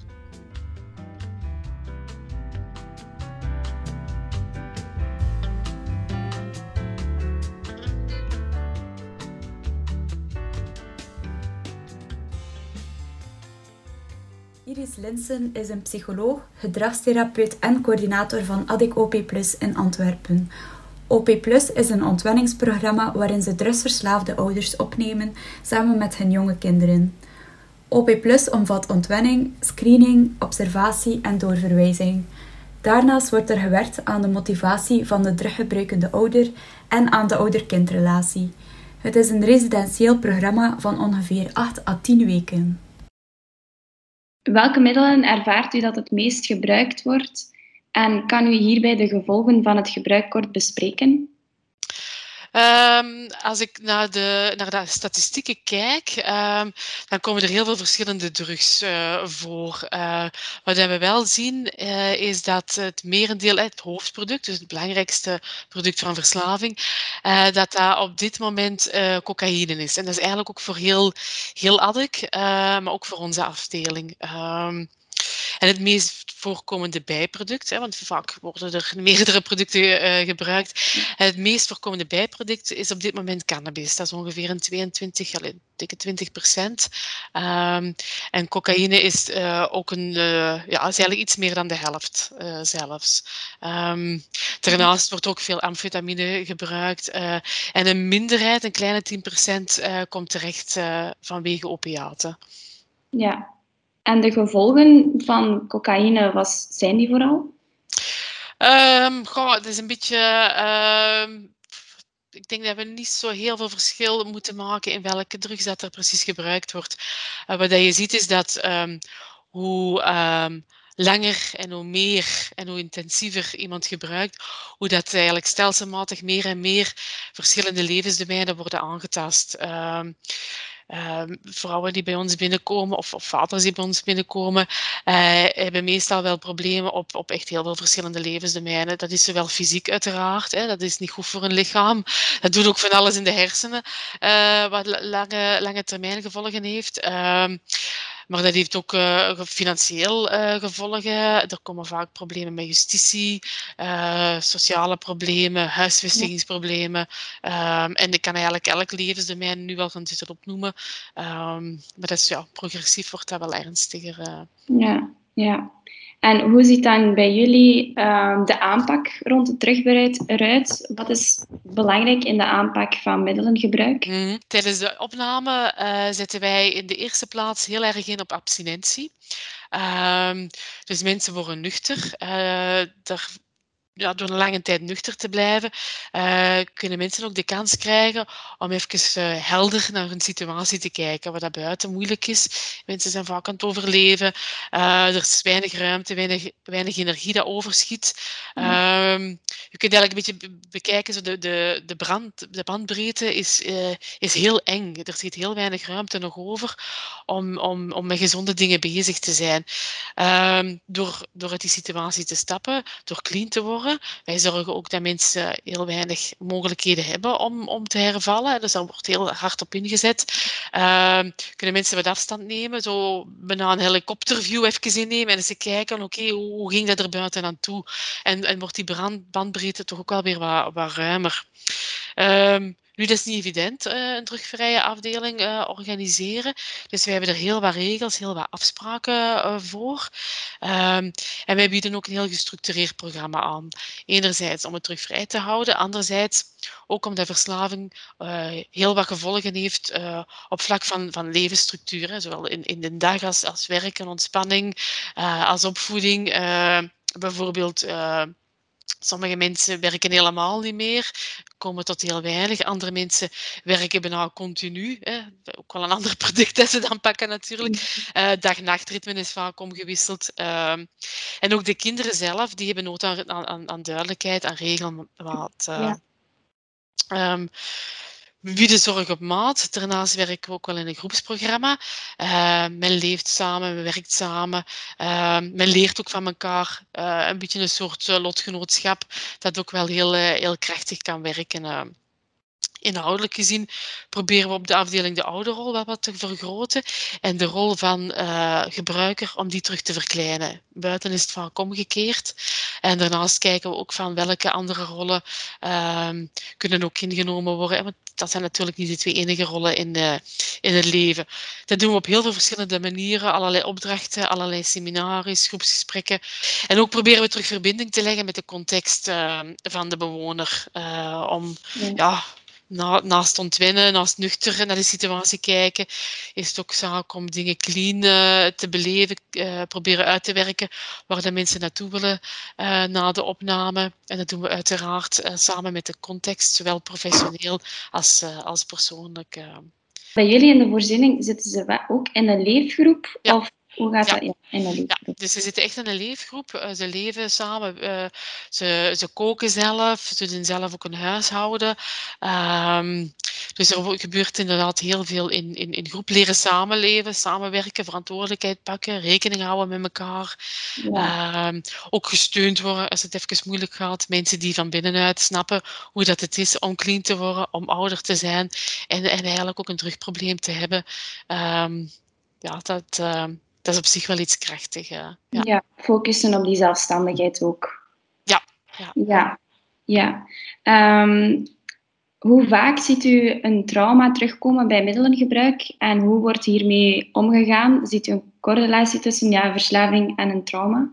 Iris Linssen is een psycholoog, gedragstherapeut en coördinator van A D I C O P plus in Antwerpen. O P plus is een ontwenningsprogramma waarin ze drugsverslaafde ouders opnemen samen met hun jonge kinderen. O P plus omvat ontwenning, screening, observatie en doorverwijzing. Daarnaast wordt er gewerkt aan de motivatie van de druggebruikende ouder en aan de ouder-kindrelatie. Het is een residentieel programma van ongeveer acht à tien weken. Welke middelen ervaart u dat het meest gebruikt wordt? En kan u hierbij de gevolgen van het gebruik kort bespreken? Um, als ik naar de, naar de statistieken kijk, um, dan komen er heel veel verschillende drugs uh, voor. Uh, wat we wel zien, uh, is dat het merendeel, het hoofdproduct, dus het belangrijkste product van verslaving, uh, dat dat op dit moment uh, cocaïne is. En dat is eigenlijk ook voor heel, heel A D I C, uh, maar ook voor onze afdeling. Um, En het meest voorkomende bijproduct, hè, want vaak worden er meerdere producten uh, gebruikt. Het meest voorkomende bijproduct is op dit moment cannabis. Dat is ongeveer een tweeëntwintig, allez, dikke twintig procent. Um, en cocaïne is uh, ook een, uh, ja, is eigenlijk iets meer dan de helft uh, zelfs. Um, daarnaast wordt ook veel amfetamine gebruikt. Uh, en een minderheid, een kleine tien procent, uh, komt terecht uh, vanwege opiaten. Ja. En de gevolgen van cocaïne, wat zijn die vooral? Um, goh, het is een beetje... Uh, ik denk dat we niet zo heel veel verschil moeten maken in welke drugs dat er precies gebruikt wordt. Uh, wat je ziet is dat um, hoe um, langer en hoe meer en hoe intensiever iemand gebruikt, hoe dat eigenlijk stelselmatig meer en meer verschillende levensdomeinen worden aangetast. Um, Uh, vrouwen die bij ons binnenkomen of, of vaders die bij ons binnenkomen, uh, hebben meestal wel problemen op, op echt heel veel verschillende levensdomeinen. Dat is zowel fysiek uiteraard, hè, dat is niet goed voor een lichaam. Dat doet ook van alles in de hersenen, uh, wat lange, lange termijn gevolgen heeft. Uh, Maar dat heeft ook uh, financieel uh, gevolgen. Er komen vaak problemen met justitie, uh, sociale problemen, huisvestigingsproblemen. Um, en ik kan eigenlijk elk levensdomein nu wel gaan zitten opnoemen. Um, maar dat is, ja, progressief wordt dat wel ernstiger. Uh. Ja, ja. En hoe ziet dan bij jullie uh, de aanpak rond het terugbereid eruit? Wat is belangrijk in de aanpak van middelengebruik? Mm. Tijdens de opname uh, zetten wij in de eerste plaats heel erg in op abstinentie. Uh, dus mensen worden nuchter. Uh, er, ja, door een lange tijd nuchter te blijven, uh, kunnen mensen ook de kans krijgen om even uh, helder naar hun situatie te kijken, wat dat buiten moeilijk is. Mensen zijn vaak aan het overleven, uh, er is weinig ruimte, weinig, weinig energie dat overschiet. Uh, je kunt eigenlijk een beetje bekijken, zo de, de, de, brand, de bandbreedte is, uh, is heel eng. Er zit heel weinig ruimte nog over om, om, om met gezonde dingen bezig te zijn. Uh, door, door uit die situatie te stappen, door clean te worden. Wij zorgen ook dat mensen heel weinig mogelijkheden hebben om, om te hervallen. Dus daar wordt heel hard op ingezet. Uh, kunnen mensen wat afstand nemen, zo bijna een helikopterview even innemen en eens kijken, oké, okay, hoe, hoe ging dat er buiten aan toe? En, en wordt die brand, bandbreedte toch ook wel weer wat, wat ruimer. Uh, Nu, dat is niet evident, uh, een drugvrije afdeling uh, organiseren. Dus wij hebben er heel wat regels, heel wat afspraken uh, voor. Um, en wij bieden ook een heel gestructureerd programma aan. Enerzijds om het drugvrij te houden, anderzijds ook omdat verslaving uh, heel wat gevolgen heeft uh, op vlak van, van levensstructuur. Hè, zowel in, in de dag als, als werk en ontspanning, uh, als opvoeding. Uh, bijvoorbeeld... Uh, Sommige mensen werken helemaal niet meer, komen tot heel weinig. Andere mensen werken bijna continu. Hè. Ook wel een ander product dat ze dan pakken natuurlijk. Uh, dag-nachtritme is vaak omgewisseld. Uh, en ook de kinderen zelf, die hebben nood aan, aan, aan duidelijkheid, aan regelmaat. Uh, ja. um, We bieden zorg op maat. Daarnaast werken we ook wel in een groepsprogramma. Uh, men leeft samen, men werkt samen. Uh, men leert ook van elkaar. Uh, een beetje een soort uh, lotgenootschap dat ook wel heel, uh, heel krachtig kan werken. Uh, Inhoudelijk gezien proberen we op de afdeling de ouderrol wel wat te vergroten en de rol van uh, gebruiker om die terug te verkleinen. Buiten is het vaak omgekeerd. En daarnaast kijken we ook van welke andere rollen uh, kunnen ook ingenomen worden. Want dat zijn natuurlijk niet de twee enige rollen in, uh, in het leven. Dat doen we op heel veel verschillende manieren. Allerlei opdrachten, allerlei seminaries, groepsgesprekken. En ook proberen we terug verbinding te leggen met de context uh, van de bewoner. Uh, om ja, ja Na, naast ontwennen, naast nuchter naar de situatie kijken, is het ook zaak om dingen clean uh, te beleven, uh, proberen uit te werken waar de mensen naartoe willen uh, na de opname. En dat doen we uiteraard uh, samen met de context, zowel professioneel als, uh, als persoonlijk. Uh. Bij jullie in de voorziening zitten ze ook in een leefgroep? Ja. Of hoe gaat ja. dat? Ja, in een leefgroep. Ja, dus ze zitten echt in een leefgroep. Uh, ze leven samen. Uh, ze, ze koken zelf. Ze doen zelf ook een huishouden. Um, dus er gebeurt inderdaad heel veel in, in, in groep. Leren samenleven, samenwerken, verantwoordelijkheid pakken, rekening houden met elkaar. Ja. Um, ook gesteund worden als het even moeilijk gaat. Mensen die van binnenuit snappen hoe dat het is om clean te worden, om ouder te zijn en, en eigenlijk ook een drugprobleem te hebben. Um, ja, dat... Uh, Dat is op zich wel iets krachtig. Uh, ja. ja, focussen op die zelfstandigheid ook. Ja. Ja. ja. ja. Um, hoe vaak ziet u een trauma terugkomen bij middelengebruik en hoe wordt hiermee omgegaan? Ziet u een correlatie tussen ja, verslaving en een trauma?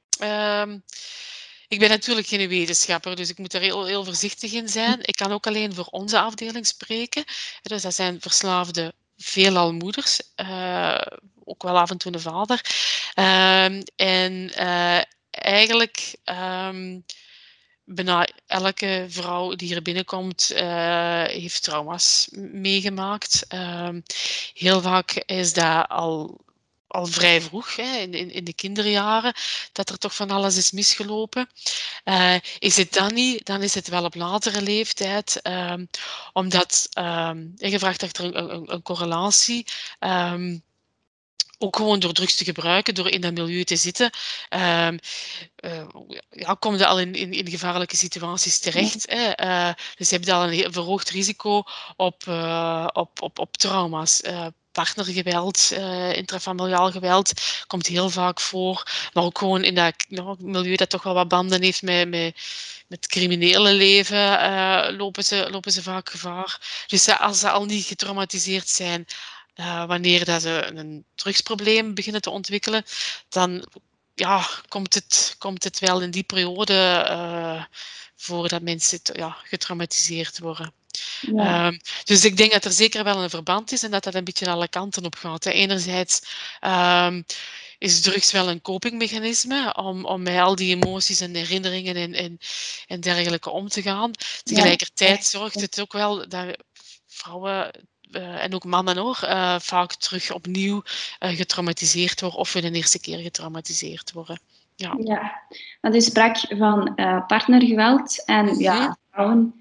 Um, ik ben natuurlijk geen wetenschapper, dus ik moet er heel, heel voorzichtig in zijn. Ik kan ook alleen voor onze afdeling spreken. Dus dat zijn verslaafde veelal moeders, uh, ook wel af en toe een vader. Um, en uh, eigenlijk um, bijna elke vrouw die hier binnenkomt, uh, heeft trauma's meegemaakt. Um, heel vaak is dat al, al vrij vroeg, hè, in, in, in de kinderjaren, dat er toch van alles is misgelopen. Uh, is het dan niet, dan is het wel op latere leeftijd, um, omdat um, je vraagt achter een, een, een correlatie. Um, Ook gewoon door drugs te gebruiken, door in dat milieu te zitten, um, uh, ja, kom je al in, in, in gevaarlijke situaties terecht. Ja. Hè? Uh, dus je hebt al een verhoogd risico op, uh, op, op, op trauma's. Uh, partnergeweld, uh, intrafamiliaal geweld komt heel vaak voor. Maar ook gewoon in dat nou, milieu dat toch wel wat banden heeft met, met, met het criminele leven, uh, lopen, ze, lopen ze vaak gevaar. Dus uh, als ze al niet getraumatiseerd zijn, Uh, wanneer dat ze een drugsprobleem beginnen te ontwikkelen, dan ja, komt het, komt het wel in die periode uh, voor dat mensen ja, getraumatiseerd worden. Ja. Um, dus ik denk dat er zeker wel een verband is en dat dat een beetje alle kanten op gaat. Hè. Enerzijds um, is drugs wel een copingmechanisme om, om met al die emoties en herinneringen en, en, en dergelijke om te gaan. Tegelijkertijd zorgt het ook wel dat vrouwen uh, en ook mannen hoor, uh, vaak terug opnieuw uh, getraumatiseerd worden of voor de eerste keer getraumatiseerd worden. Ja. Ja, want u sprak van uh, partnergeweld en mm-hmm. ja, vrouwen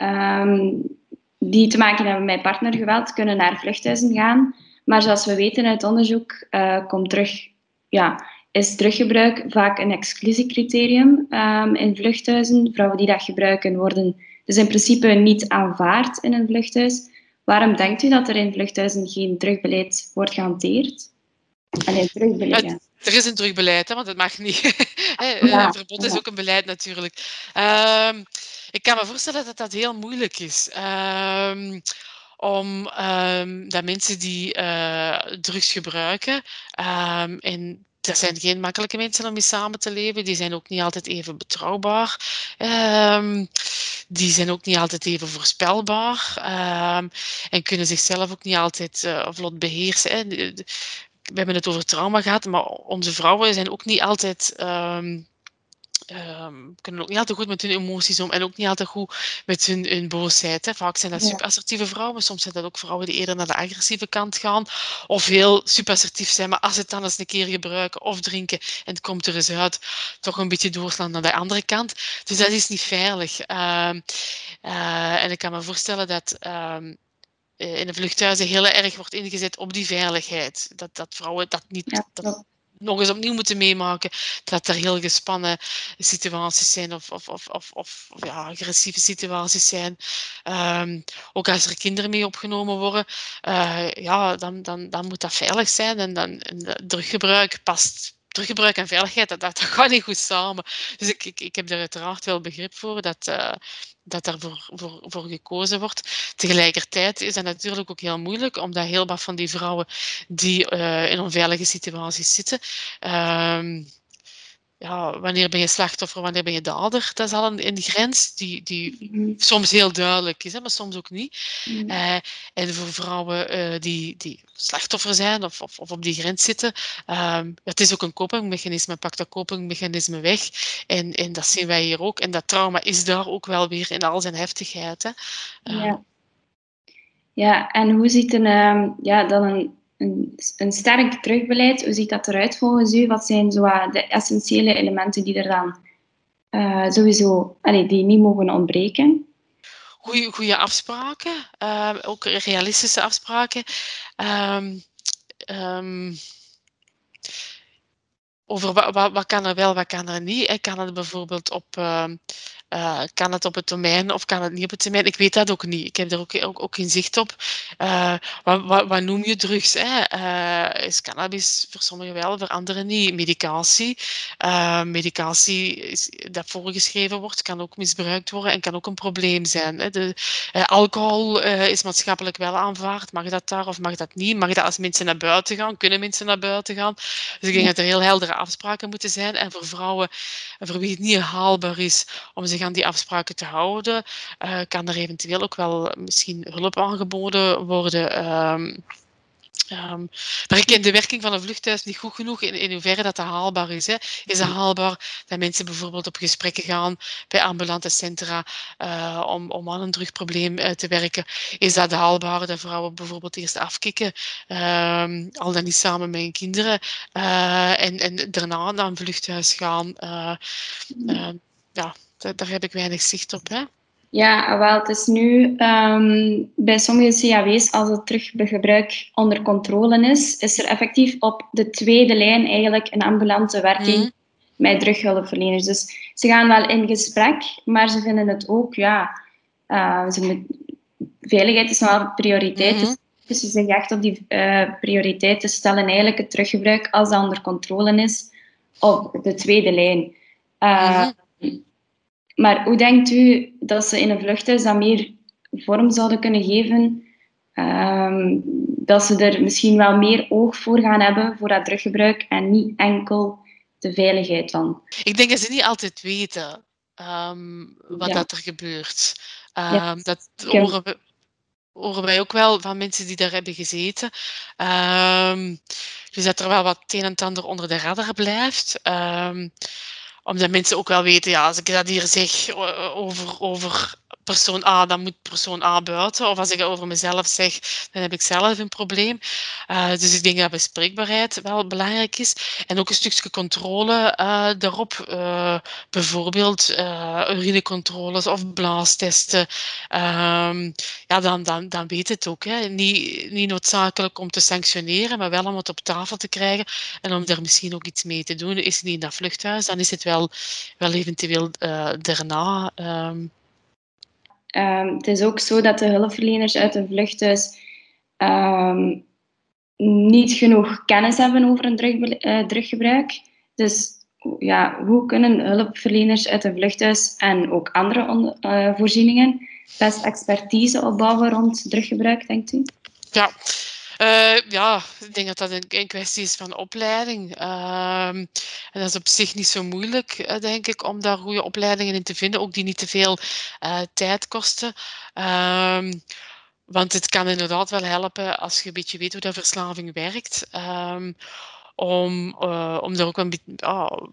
um, die te maken hebben met partnergeweld kunnen naar vluchthuizen gaan. Maar zoals we weten uit onderzoek uh, komt terug, ja, is teruggebruik vaak een exclusiecriterium um, in vluchthuizen. Vrouwen die dat gebruiken worden dus in principe niet aanvaard in een vluchthuis. Waarom denkt u dat er in vluchthuizen geen terugbeleid wordt gehanteerd? Alleen terugbeleid, ja. Er is een terugbeleid, hè, want het mag niet. Ja, een verbod is ook een beleid natuurlijk. Um, ik kan me voorstellen dat dat heel moeilijk is. Um, om um, dat mensen die uh, drugs gebruiken, um, en er zijn geen makkelijke mensen om mee samen te leven, die zijn ook niet altijd even betrouwbaar. Um, die zijn ook niet altijd even voorspelbaar um, en kunnen zichzelf ook niet altijd uh, vlot beheersen. Hè. We hebben het over trauma gehad, maar onze vrouwen zijn ook niet altijd, um, um, kunnen ook niet altijd goed met hun emoties om en ook niet altijd goed met hun, hun boosheid. Hè. Vaak zijn dat superassertieve vrouwen, soms zijn dat ook vrouwen die eerder naar de agressieve kant gaan of heel superassertief zijn, maar als ze het dan eens een keer gebruiken of drinken en het komt er eens uit, toch een beetje doorslaan naar de andere kant. Dus dat is niet veilig. Um, uh, en ik kan me voorstellen dat... Um, in de vluchthuizen heel erg wordt ingezet op die veiligheid. Dat, dat vrouwen dat niet ja, dat nog eens opnieuw moeten meemaken. Dat er heel gespannen situaties zijn of, of, of, of, of ja, agressieve situaties zijn. Um, ook als er kinderen mee opgenomen worden, uh, ja, dan, dan, dan moet dat veilig zijn. En, dan, en druggebruik past... Druggebruik en veiligheid, dat, dat, dat gaat niet goed samen. Dus ik, ik, ik heb er uiteraard wel begrip voor dat... Uh, dat er voor, voor, voor gekozen wordt. Tegelijkertijd is dat natuurlijk ook heel moeilijk, omdat heel wat van die vrouwen die uh, in onveilige situaties zitten, uh, ja, wanneer ben je slachtoffer, wanneer ben je dader, dat is al een, een grens die, die mm. soms heel duidelijk is, hè, maar soms ook niet. Mm. Uh, en voor vrouwen uh, die, die slachtoffer zijn of, of, of op die grens zitten, uh, het is ook een copingmechanisme, pakt dat copingmechanisme weg. En, en dat zien wij hier ook. En dat trauma is daar ook wel weer in al zijn heftigheid. Hè. Uh, ja. ja, en hoe ziet een, um, ja, dan een Een, een sterk terugbeleid, hoe ziet dat eruit volgens u? Wat zijn zo de essentiële elementen die er dan uh, sowieso, allee, die niet mogen ontbreken? Goeie, goeie afspraken, uh, ook realistische afspraken. Um, um, over wat, wat, wat kan er wel, wat kan er niet. Kan het bijvoorbeeld op... Uh, Uh, kan het op het domein of kan het niet op het domein? Ik weet dat ook niet. Ik heb er ook, ook, ook geen zicht op. Uh, wat, wat, wat noem je drugs? Hè? Uh, is cannabis voor sommigen wel, voor anderen niet. Medicatie. Uh, medicatie is, dat voorgeschreven wordt, kan ook misbruikt worden en kan ook een probleem zijn. Hè? De, uh, alcohol uh, is maatschappelijk wel aanvaard. Mag dat daar of mag dat niet? Mag dat als mensen naar buiten gaan? Kunnen mensen naar buiten gaan? Dus ik denk dat er heel heldere afspraken moeten zijn. En voor vrouwen, voor wie het niet haalbaar is om zich aan die afspraken te houden, uh, kan er eventueel ook wel misschien hulp aangeboden worden. Um, um, maar ik ken de werking van een vluchthuis niet goed genoeg in, in hoeverre dat, dat haalbaar is. Hè. Is het haalbaar dat mensen bijvoorbeeld op gesprekken gaan bij ambulante centra uh, om, om aan een drugprobleem uh, te werken? Is dat haalbaar dat vrouwen bijvoorbeeld eerst afkicken, um, al dan niet samen met hun kinderen, uh, en, en daarna naar een vluchthuis gaan? Uh, uh, ja, daar heb ik weinig zicht op, hè? Ja, wel, het is nu um, bij sommige C A W's, als het teruggebruik onder controle is, is er effectief op de tweede lijn eigenlijk een ambulante werking mm. met drughulpverleners. Dus ze gaan wel in gesprek, maar ze vinden het ook, ja, uh, ze moet, veiligheid is wel prioriteit. Mm-hmm. Dus ze zeggen echt op die uh, prioriteit te stellen eigenlijk het teruggebruik, als dat onder controle is, op de tweede lijn. Uh, mm-hmm. Maar hoe denkt u dat ze in een vluchthuis dat meer vorm zouden kunnen geven? Um, dat ze er misschien wel meer oog voor gaan hebben voor dat druggebruik en niet enkel de veiligheid dan? Ik denk dat ze niet altijd weten um, wat Ja. dat er gebeurt. Um, Ja. Dat Ik heb- horen, we, horen wij ook wel van mensen die daar hebben gezeten. Um, dus dat er wel wat het een en het ander onder de radar blijft. Um, omdat mensen ook wel weten, ja, als ik dat hier zeg o- over, over persoon A, dan moet persoon A buiten. Of als ik het over mezelf zeg, dan heb ik zelf een probleem. Uh, dus ik denk dat bespreekbaarheid wel belangrijk is. En ook een stukje controle uh, daarop. Uh, bijvoorbeeld uh, urinecontroles of blaastesten. Um, ja, dan, dan, dan weet het ook. Hè. Niet, niet noodzakelijk om te sanctioneren, maar wel om het op tafel te krijgen en om er misschien ook iets mee te doen. Is het niet in dat vluchthuis, dan is het wel, wel eventueel uh, daarna. Um. Um, het is ook zo dat de hulpverleners uit een vluchthuis um, niet genoeg kennis hebben over een drug, uh, druggebruik. Dus ja, hoe kunnen hulpverleners uit een vluchthuis en ook andere on, uh, voorzieningen best expertise opbouwen rond druggebruik, denkt u? Ja. Uh, ja, ik denk dat dat een, een kwestie is van opleiding. Uh, en dat is op zich niet zo moeilijk, uh, denk ik, om daar goede opleidingen in te vinden, ook die niet te veel uh, tijd kosten. Uh, want het kan inderdaad wel helpen als je een beetje weet hoe dat verslaving werkt, um, om, uh, om daar ook een beetje... Oh,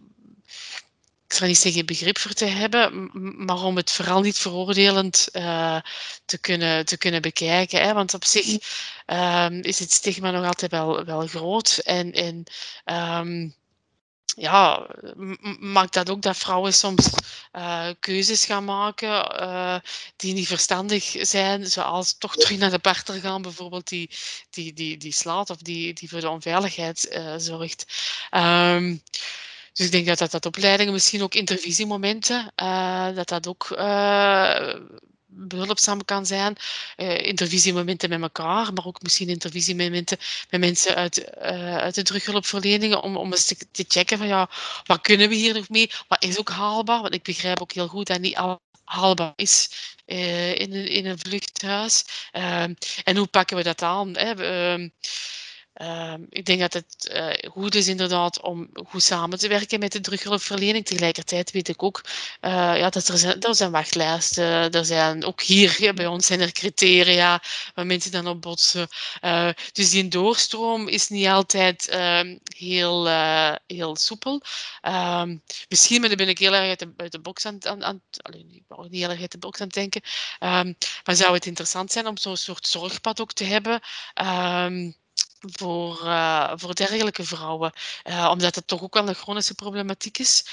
ik zal niet zeggen begrip voor te hebben, maar om het vooral niet veroordelend uh, te, kunnen, te kunnen bekijken. Hè? Want op zich um, is het stigma nog altijd wel, wel groot. En, en um, ja, maakt dat ook dat vrouwen soms uh, keuzes gaan maken uh, die niet verstandig zijn, zoals toch terug naar de partner gaan, bijvoorbeeld die, die, die, die slaat of die, die voor de onveiligheid uh, zorgt. Um, Dus ik denk dat dat, dat opleidingen, misschien ook intervisiemomenten, uh, dat dat ook uh, behulpzaam kan zijn. Uh, intervisiemomenten met elkaar, maar ook misschien intervisiemomenten met mensen uit, uh, uit de terughulpverleningen, om, om eens te, te checken van ja, wat kunnen we hier nog mee? Wat is ook haalbaar? Want ik begrijp ook heel goed dat niet alles haalbaar is uh, in, een, in een vluchthuis. Uh, en hoe pakken we dat aan? Hè? Uh, Uh, ik denk dat het uh, goed is inderdaad om goed samen te werken met de terughulpverlening. Tegelijkertijd weet ik ook uh, ja, dat er zijn, er zijn wachtlijsten. Er zijn ook hier ja, bij ons zijn er criteria waar mensen dan op botsen. Uh, dus die doorstroom is niet altijd uh, heel, uh, heel soepel. Uh, misschien maar ben ik heel erg uit de, uit de box aan, aan, aan alleen, ik ben ook niet heel erg uit de box aan het denken. Uh, maar zou het interessant zijn om zo'n soort zorgpad ook te hebben? Uh, Voor, uh, voor dergelijke vrouwen. Uh, omdat het toch ook wel een chronische problematiek is.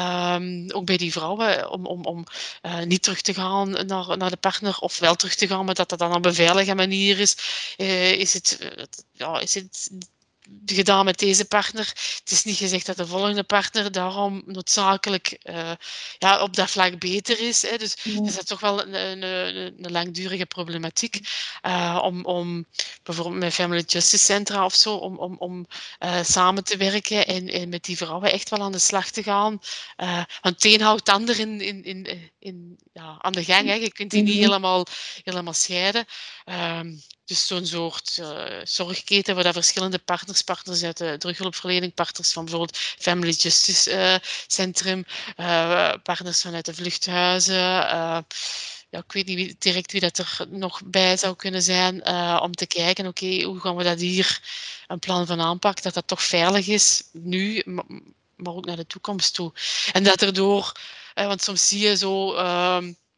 Um, ook bij die vrouwen, om, om, om uh, niet terug te gaan naar, naar de partner, of wel terug te gaan, maar dat dat dan op een veilige manier is. Uh, is het, uh, ja, is het gedaan met deze partner. Het is niet gezegd dat de volgende partner daarom noodzakelijk uh, ja, op dat vlak beter is. Hè. Dus ja. is dat toch wel een, een, een, een langdurige problematiek. Uh, om, om bijvoorbeeld met Family Justice Centra of zo, om, om, om uh, samen te werken en, en met die vrouwen echt wel aan de slag te gaan. Uh, want het een houdt het ander in, in, in, in, ja, aan de gang. Hè. Je kunt die niet helemaal, helemaal scheiden. Um, Dus zo'n soort uh, zorgketen waar dat verschillende partners, partners uit de terughulpverlening, partners van bijvoorbeeld Family Justice uh, Centrum, uh, partners vanuit de vluchthuizen. Uh, ja, ik weet niet wie, direct wie dat er nog bij zou kunnen zijn, uh, om te kijken, oké, okay, hoe gaan we dat hier, een plan van aanpak, dat dat toch veilig is, nu, maar, maar ook naar de toekomst toe. En dat erdoor, uh, want soms zie je zo... Uh,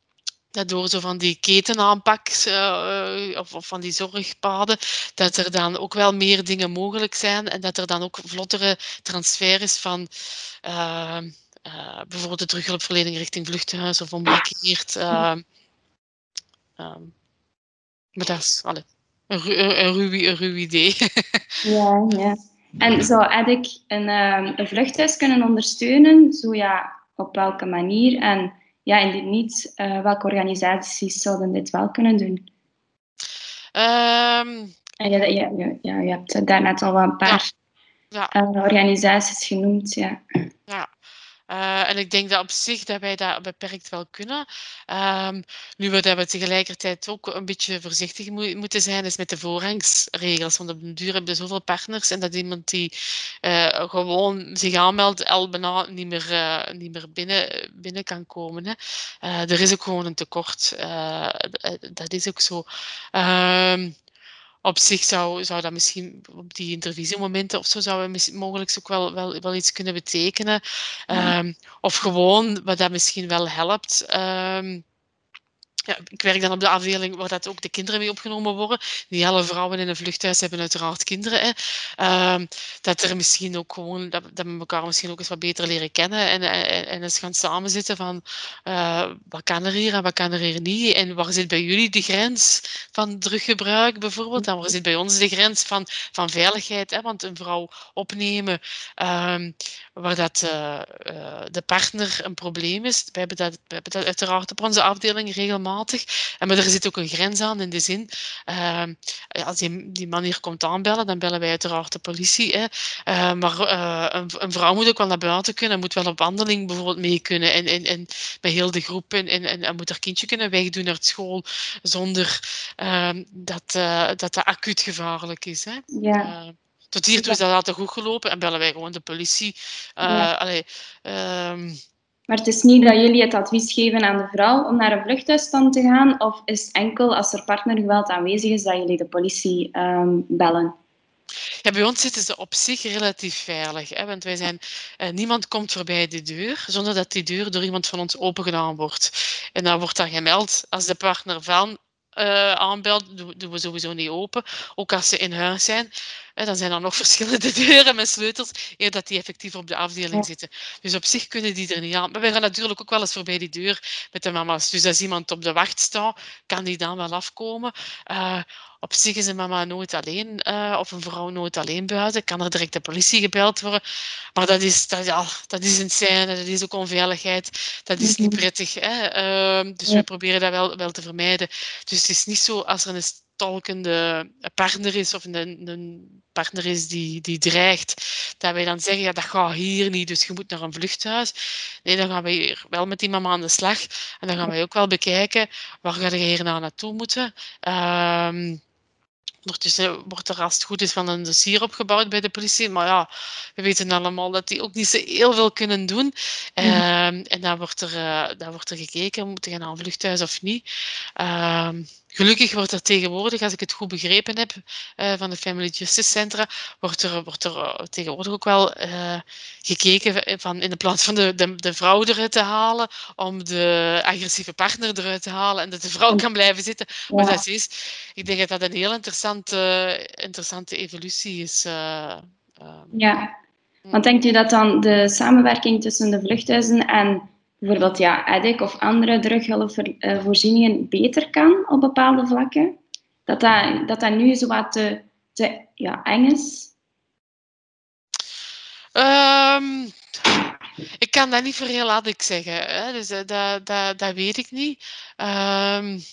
dat door zo van die ketenaanpak uh, of, of van die zorgpaden, dat er dan ook wel meer dingen mogelijk zijn en dat er dan ook vlottere transfer is van uh, uh, bijvoorbeeld de terughulpverlening richting vluchthuis of omgekeerd. Uh, uh, maar dat is allee, een, een, een, ruw, een ruw idee. Ja, ja. En zou E D I C een, um, een vluchthuis kunnen ondersteunen? Zo ja, op welke manier? En ja, indien niet, uh, welke organisaties zouden dit wel kunnen doen? Um, en ja, ja, ja, ja, je hebt daarnet al wel een paar ja, ja. Uh, organisaties genoemd. Ja. ja. Uh, en ik denk dat op zich dat wij dat beperkt wel kunnen. Um, nu wat we tegelijkertijd ook een beetje voorzichtig mo- moeten zijn, is met de voorrangsregels. Want op den duur hebben we zoveel partners en dat iemand die uh, gewoon zich aanmeldt, al bijna niet meer, uh, niet meer binnen, binnen kan komen. Hè. Uh, er is ook gewoon een tekort. Uh, dat is ook zo. Um, Op zich zou, zou dat misschien op die intervisiemomenten of zo zou we mogelijk ook wel, wel, wel iets kunnen betekenen. Um, of gewoon, wat dat misschien wel helpt. Um, ja, ik werk dan op de afdeling waar dat ook de kinderen mee opgenomen worden. Niet alle vrouwen in een vluchthuis hebben uiteraard kinderen. Hè. Um, dat er misschien ook gewoon, dat, dat we elkaar misschien ook eens wat beter leren kennen en, en, en eens gaan samenzitten van uh, wat kan er hier en wat kan er hier niet. En waar zit bij jullie de grens van druggebruik bijvoorbeeld? En waar zit bij ons de grens van, van veiligheid? Hè? Want een vrouw opnemen um, waar dat, uh, uh, de partner een probleem is. We hebben dat, we hebben dat uiteraard op onze afdeling regelmatig. En maar er zit ook een grens aan in de zin, uh, als die, die man hier komt aanbellen, dan bellen wij uiteraard de politie. Hè. Uh, maar uh, een, een vrouw moet ook wel naar buiten kunnen, moet wel op wandeling bijvoorbeeld mee kunnen en, en, en met heel de groep en, en, en moet haar kindje kunnen wegdoen uit school zonder uh, dat, uh, dat dat acuut gevaarlijk is. Hè. Ja. Uh, tot hiertoe is dat altijd goed gelopen en bellen wij gewoon de politie. Uh, Ja. Allee, um, Maar het is niet dat jullie het advies geven aan de vrouw om naar een vluchthuisstand te gaan, of is het enkel als er partnergeweld aanwezig is dat jullie de politie um, bellen? Ja, bij ons zitten ze op zich relatief veilig. Hè, want wij zijn, uh, niemand komt voorbij de deur zonder dat die deur door iemand van ons opengedaan wordt. En dan wordt dat gemeld. Als de partner van uh, aanbelt, doen, doen we sowieso niet open. Ook als ze in huis zijn. Hè, dan zijn er nog verschillende deuren met sleutels, eer dat die effectief op de afdeling Ja. zitten. Dus op zich kunnen die er niet aan. Maar wij gaan natuurlijk ook wel eens voorbij die deur met de mama's. Dus als iemand op de wacht staat, kan die dan wel afkomen. Uh, Op zich is een mama nooit alleen uh, of een vrouw nooit alleen buiten. Kan er direct de politie gebeld worden. Maar dat is, dat, ja, dat is een scène, dat is ook onveiligheid. Dat is niet prettig. Hè? Uh, dus Ja. we proberen dat wel, wel te vermijden. Dus het is niet zo als er een stalkende partner is of een, een partner is die, die dreigt, dat wij dan zeggen, ja, dat gaat hier niet, dus je moet naar een vluchthuis. Nee, dan gaan wij hier wel met die mama aan de slag. En dan gaan wij ook wel bekijken, waar ga je hier nou naartoe moeten? Um, Ondertussen wordt er, als het goed is, van een dossier opgebouwd bij de politie. Maar ja, we weten allemaal dat die ook niet zo heel veel kunnen doen. Mm. Um, en dan wordt, er, uh, dan wordt er gekeken, moet je naar een vluchthuis of niet. Um, gelukkig wordt er tegenwoordig, als ik het goed begrepen heb, uh, van de Family Justice Centra, wordt er, wordt er uh, tegenwoordig ook wel uh, gekeken van in de plaats van de, de, de vrouw eruit te halen, om de agressieve partner eruit te halen en dat de vrouw kan blijven zitten. Ja. Maar dat is, ik denk dat dat een heel interessante, interessante evolutie is. Uh, uh, Ja, want denkt u dat dan de samenwerking tussen de vluchthuizen en bijvoorbeeld ja, E D I C of andere drughulpvoorzieningen beter kan op bepaalde vlakken? Dat dat, dat, dat nu zo wat te, te ja, eng is? Um, ik kan dat niet voor heel laat zeggen. Hè? Dus uh, dat, dat, dat weet ik niet. Um,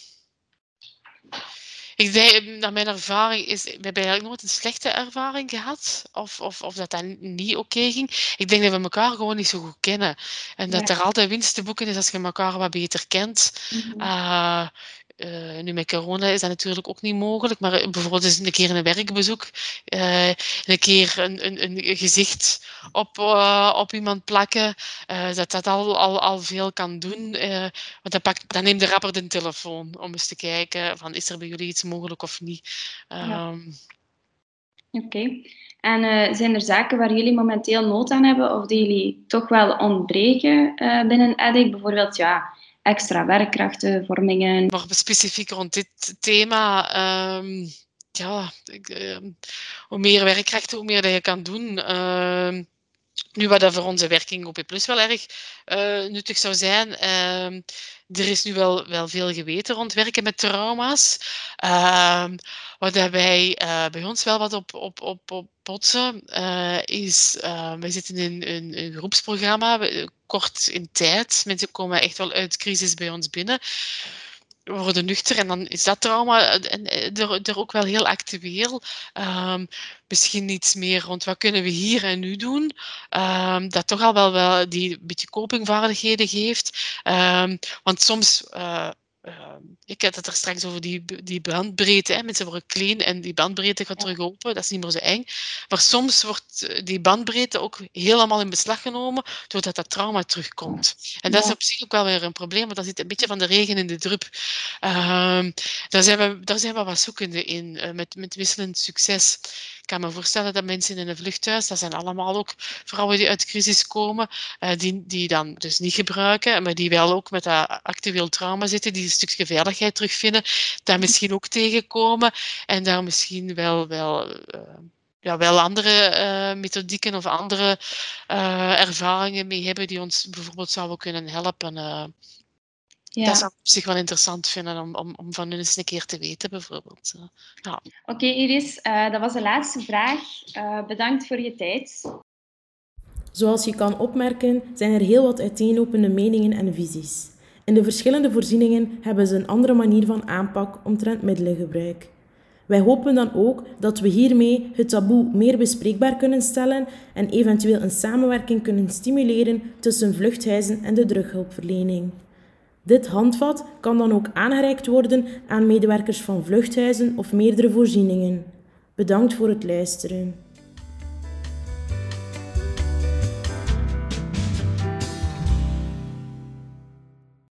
Ik denk, naar mijn ervaring is, we hebben eigenlijk nooit een slechte ervaring gehad, of, of, of dat dat niet oké okay ging. Ik denk dat we elkaar gewoon niet zo goed kennen. En dat ja. er altijd winst te boeken is als je elkaar wat beter kent. Mm-hmm. Uh, uh, nu met corona is dat natuurlijk ook niet mogelijk, maar bijvoorbeeld eens een keer een werkbezoek, uh, een keer een, een, een gezicht op, uh, op iemand plakken, uh, dat dat al, al, al veel kan doen. Uh, want dan, pakt, dan neemt de rapper de telefoon om eens te kijken van, is er bij jullie iets mogelijk of niet. Um, ja. Oké. Okay. En uh, zijn er zaken waar jullie momenteel nood aan hebben of die jullie toch wel ontbreken uh, binnen E D I C? Bijvoorbeeld ja, extra werkkrachten, vormingen. Maar specifiek rond dit thema, um, ja, ik, uh, hoe meer werkkrachten, hoe meer dat je kan doen. Uh, Nu, wat dat voor onze werking O P Plus wel erg uh, nuttig zou zijn, uh, er is nu wel, wel veel geweten rond werken met trauma's. Uh, wat dat wij uh, bij ons wel wat op, op, op, op botsen, uh, is, uh, wij zitten in een, een groepsprogramma, kort in tijd. Mensen komen echt wel uit crisis bij ons binnen. worden nuchter en dan is dat trauma er, er ook wel heel actueel. Um, misschien iets meer rond wat kunnen we hier en nu doen, um, dat toch al wel, wel die beetje copingvaardigheden geeft. Um, want soms... Uh, Uh, ik had het er straks over die, die bandbreedte. Hè. Mensen worden klein en die bandbreedte gaat terug open. Dat is niet meer zo eng. Maar soms wordt die bandbreedte ook helemaal in beslag genomen doordat dat trauma terugkomt. En dat ja. is op zich ook wel weer een probleem, want dat zit een beetje van de regen in de drup. Uh, daar, zijn we, daar zijn we wat zoekende in, uh, met, met wisselend succes. Ik kan me voorstellen dat mensen in een vluchthuis, dat zijn allemaal ook vrouwen die uit crisis komen, uh, die, die dan dus niet gebruiken, maar die wel ook met dat actueel trauma zitten, die een stukje veiligheid terugvinden, daar misschien ook tegenkomen en daar misschien wel, wel, uh, ja, wel andere uh, methodieken of andere uh, ervaringen mee hebben die ons bijvoorbeeld zouden kunnen helpen. Uh, Ja. Dat zou ik op zich wel interessant vinden om, om, om van hun eens een keer te weten, bijvoorbeeld. Ja. Oké, okay, Iris, uh, dat was de laatste vraag. Uh, bedankt voor je tijd. Zoals je kan opmerken, zijn er heel wat uiteenlopende meningen en visies. In de verschillende voorzieningen hebben ze een andere manier van aanpak omtrent middelengebruik. Wij hopen dan ook dat we hiermee het taboe meer bespreekbaar kunnen stellen en eventueel een samenwerking kunnen stimuleren tussen vluchthuizen en de drughulpverlening. Dit handvat kan dan ook aangereikt worden aan medewerkers van vluchthuizen of meerdere voorzieningen. Bedankt voor het luisteren.